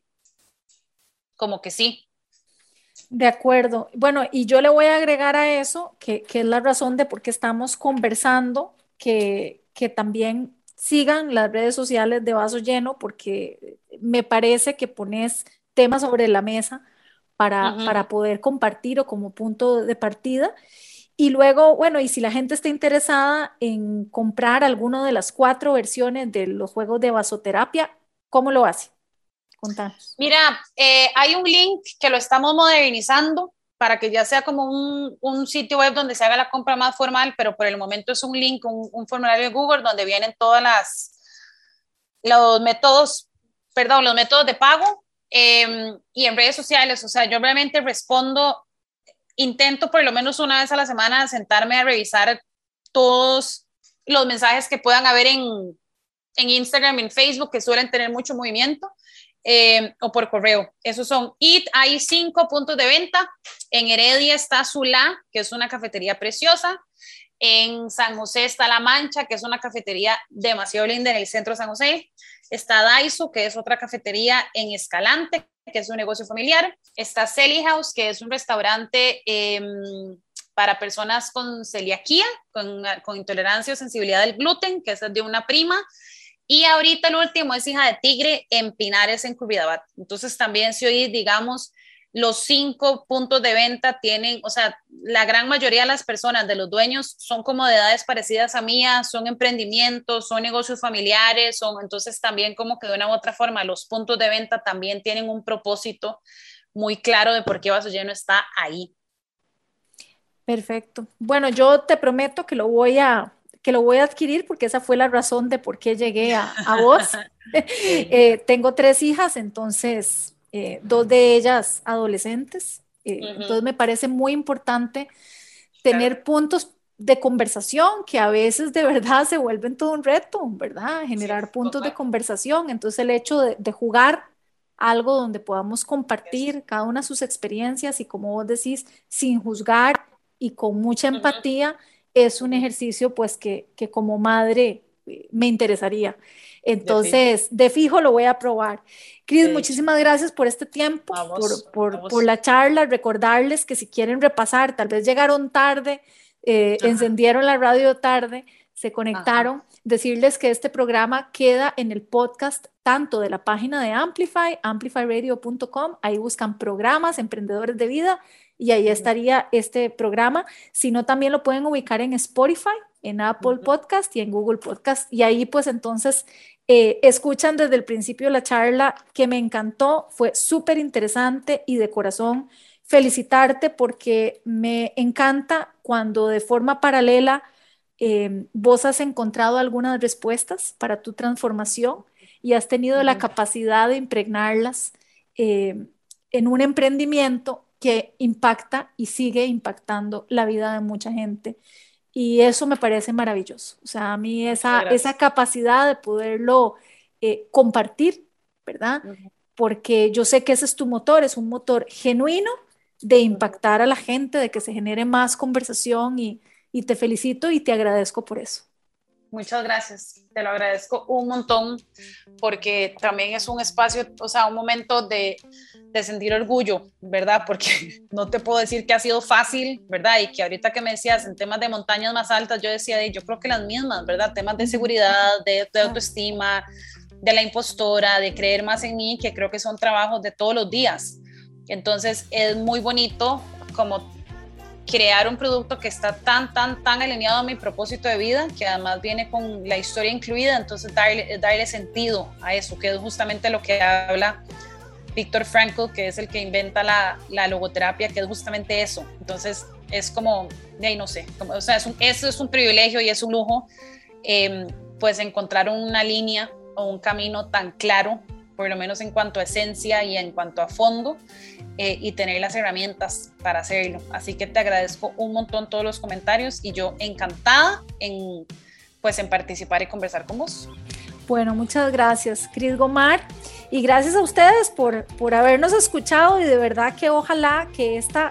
como que sí. De acuerdo. Bueno, y yo le voy a agregar a eso, que, que es la razón de por qué estamos conversando, que, que también sigan las redes sociales de Vaso Lleno, porque me parece que pones temas sobre la mesa para, uh-huh. para poder compartir o como punto de partida. Y luego, bueno, y si la gente está interesada en comprar alguna de las cuatro versiones de los juegos de vasoterapia, ¿cómo lo hace? Contanos. Mira, eh, hay un link que lo estamos modernizando para que ya sea como un, un sitio web donde se haga la compra más formal, pero por el momento es un link, un, un formulario de Google donde vienen todas las, los métodos, perdón, los métodos de pago, eh, y en redes sociales. O sea, yo realmente respondo, intento por lo menos una vez a la semana sentarme a revisar todos los mensajes que puedan haber en, en Instagram, en Facebook, que suelen tener mucho movimiento, eh, o por correo. Esos son. Y hay cinco puntos de venta. En Heredia está Zulá, que es una cafetería preciosa. En San José está La Mancha, que es una cafetería demasiado linda en el centro de San José. Está Daiso, que es otra cafetería en Escalante, que es un negocio familiar. Está Celi House, que es un restaurante eh, para personas con celiaquía, con, con intolerancia o sensibilidad del gluten, que es de una prima. Y ahorita el último es Hija de Tigre en Pinares, en Curridabat. Entonces también si hoy, digamos, los cinco puntos de venta tienen, o sea, la gran mayoría de las personas, de los dueños, son como de edades parecidas a mías, son emprendimientos, son negocios familiares, son, entonces también como que de una u otra forma los puntos de venta también tienen un propósito muy claro de por qué Vaso Lleno está ahí. Perfecto. Bueno, yo te prometo que lo voy a, que lo voy a adquirir porque esa fue la razón de por qué llegué a, a vos. eh, tengo tres hijas, entonces... Eh, dos de ellas adolescentes, eh, uh-huh. Entonces me parece muy importante tener claro. puntos de conversación que a veces de verdad se vuelven todo un reto, ¿verdad? Generar sí, puntos total. de conversación, entonces el hecho de, de jugar algo donde podamos compartir yes. cada una sus experiencias y como vos decís, sin juzgar y con mucha empatía, uh-huh. es un ejercicio pues que, que como madre eh, me interesaría. Entonces, de fijo lo voy a probar. Cris, muchísimas gracias por este tiempo, vos, por, por, por la charla. Recordarles que si quieren repasar, tal vez llegaron tarde, eh, encendieron la radio tarde, se conectaron, Ajá. decirles que este programa queda en el podcast tanto de la página de Amplify, amplify radio punto com, ahí buscan programas, emprendedores de vida, y ahí estaría este programa, sino también lo pueden ubicar en Spotify, en Apple uh-huh. Podcast y en Google Podcast, y ahí pues entonces eh, escuchan desde el principio la charla que me encantó, fue súper interesante y de corazón felicitarte porque me encanta cuando de forma paralela eh, vos has encontrado algunas respuestas para tu transformación y has tenido uh-huh. la capacidad de impregnarlas eh, en un emprendimiento que impacta y sigue impactando la vida de mucha gente. Y eso me parece maravilloso. O sea, a mí esa, esa capacidad de poderlo eh, compartir, ¿verdad? Uh-huh. Porque yo sé que ese es tu motor, es un motor genuino de impactar a la gente, de que se genere más conversación y, y te felicito y te agradezco por eso. Muchas gracias, te lo agradezco un montón porque también es un espacio, o sea, un momento de, de sentir orgullo, ¿verdad? Porque no te puedo decir que ha sido fácil, ¿verdad? Y que ahorita que me decías en temas de montañas más altas, yo decía, yo creo que las mismas, ¿verdad? Temas de seguridad, de, de autoestima, de la impostora, de creer más en mí, que creo que son trabajos de todos los días. Entonces es muy bonito como crear un producto que está tan, tan, tan alineado a mi propósito de vida, que además viene con la historia incluida, entonces darle, darle sentido a eso, que es justamente lo que habla Viktor Frankl, que es el que inventa la, la logoterapia, que es justamente eso. Entonces es como, de ahí no sé, como, o sea, es un, eso es un privilegio y es un lujo, eh, pues encontrar una línea o un camino tan claro, por lo menos en cuanto a esencia y en cuanto a fondo, eh, y tener las herramientas para hacerlo. Así que te agradezco un montón todos los comentarios y yo encantada en, pues, en participar y conversar con vos. Bueno, muchas gracias, Cris Gomar, y gracias a ustedes por, por habernos escuchado y de verdad que ojalá que esta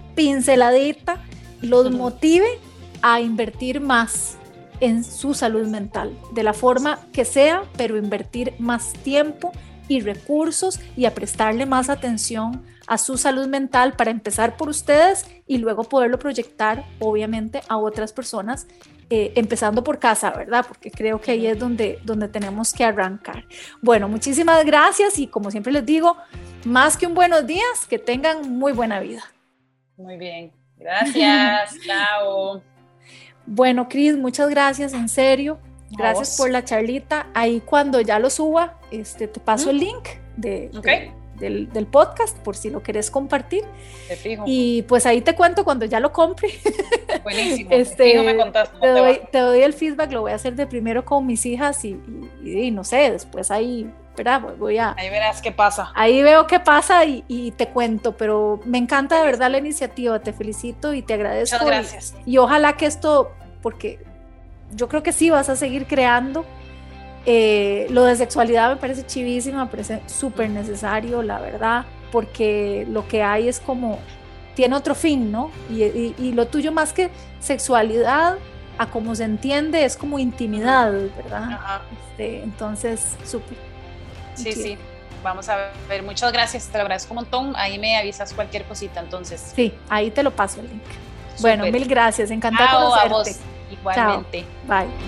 pinceladita los uh-huh. motive a invertir más en su salud mental, de la forma que sea, pero invertir más tiempo y recursos y a prestarle más atención a su salud mental para empezar por ustedes y luego poderlo proyectar obviamente a otras personas, eh, empezando por casa, ¿verdad? Porque creo que ahí es donde, donde tenemos que arrancar. Bueno, muchísimas gracias y como siempre les digo, más que un buenos días, que tengan muy buena vida. Muy bien, gracias, chao. Bueno, Cris, muchas gracias, en serio. Gracias por la charlita. Ahí cuando ya lo suba, este, te paso ¿Mm? el link de, okay. de, del, del podcast por si lo querés compartir. Te fijo. Y pues ahí te cuento cuando ya lo compre. Buenísimo. este, fijo me contás, te, doy, te doy el feedback, lo voy a hacer de primero con mis hijas y, y, y no sé, después ahí ¿verdad? Voy a... Ahí verás qué pasa. Ahí veo qué pasa y, y te cuento, pero me encanta de verdad la iniciativa, te felicito y te agradezco. Muchas gracias. Y, y ojalá que esto, porque yo creo que sí vas a seguir creando. Eh, lo de sexualidad me parece chivísima, me parece súper necesario, la verdad, porque lo que hay es como, tiene otro fin, ¿no? Y, y, y lo tuyo más que sexualidad, a como se entiende, es como intimidad, ¿verdad? Ajá. Este, entonces, súper. Sí, sí, vamos a ver, muchas gracias, te lo agradezco un montón, ahí me avisas cualquier cosita, entonces. Sí, ahí te lo paso el link. Super. Bueno, mil gracias, encantada de conocerte. conocerte. A vos, igualmente. Chao. Bye.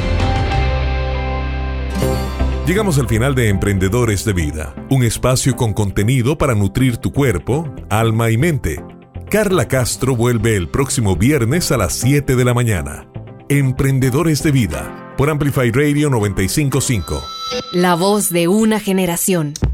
Llegamos al final de Emprendedores de Vida, un espacio con contenido para nutrir tu cuerpo, alma y mente. Carla Castro vuelve el próximo viernes a las siete de la mañana. Emprendedores de Vida, por Amplify Radio noventa y cinco punto cinco. La voz de una generación.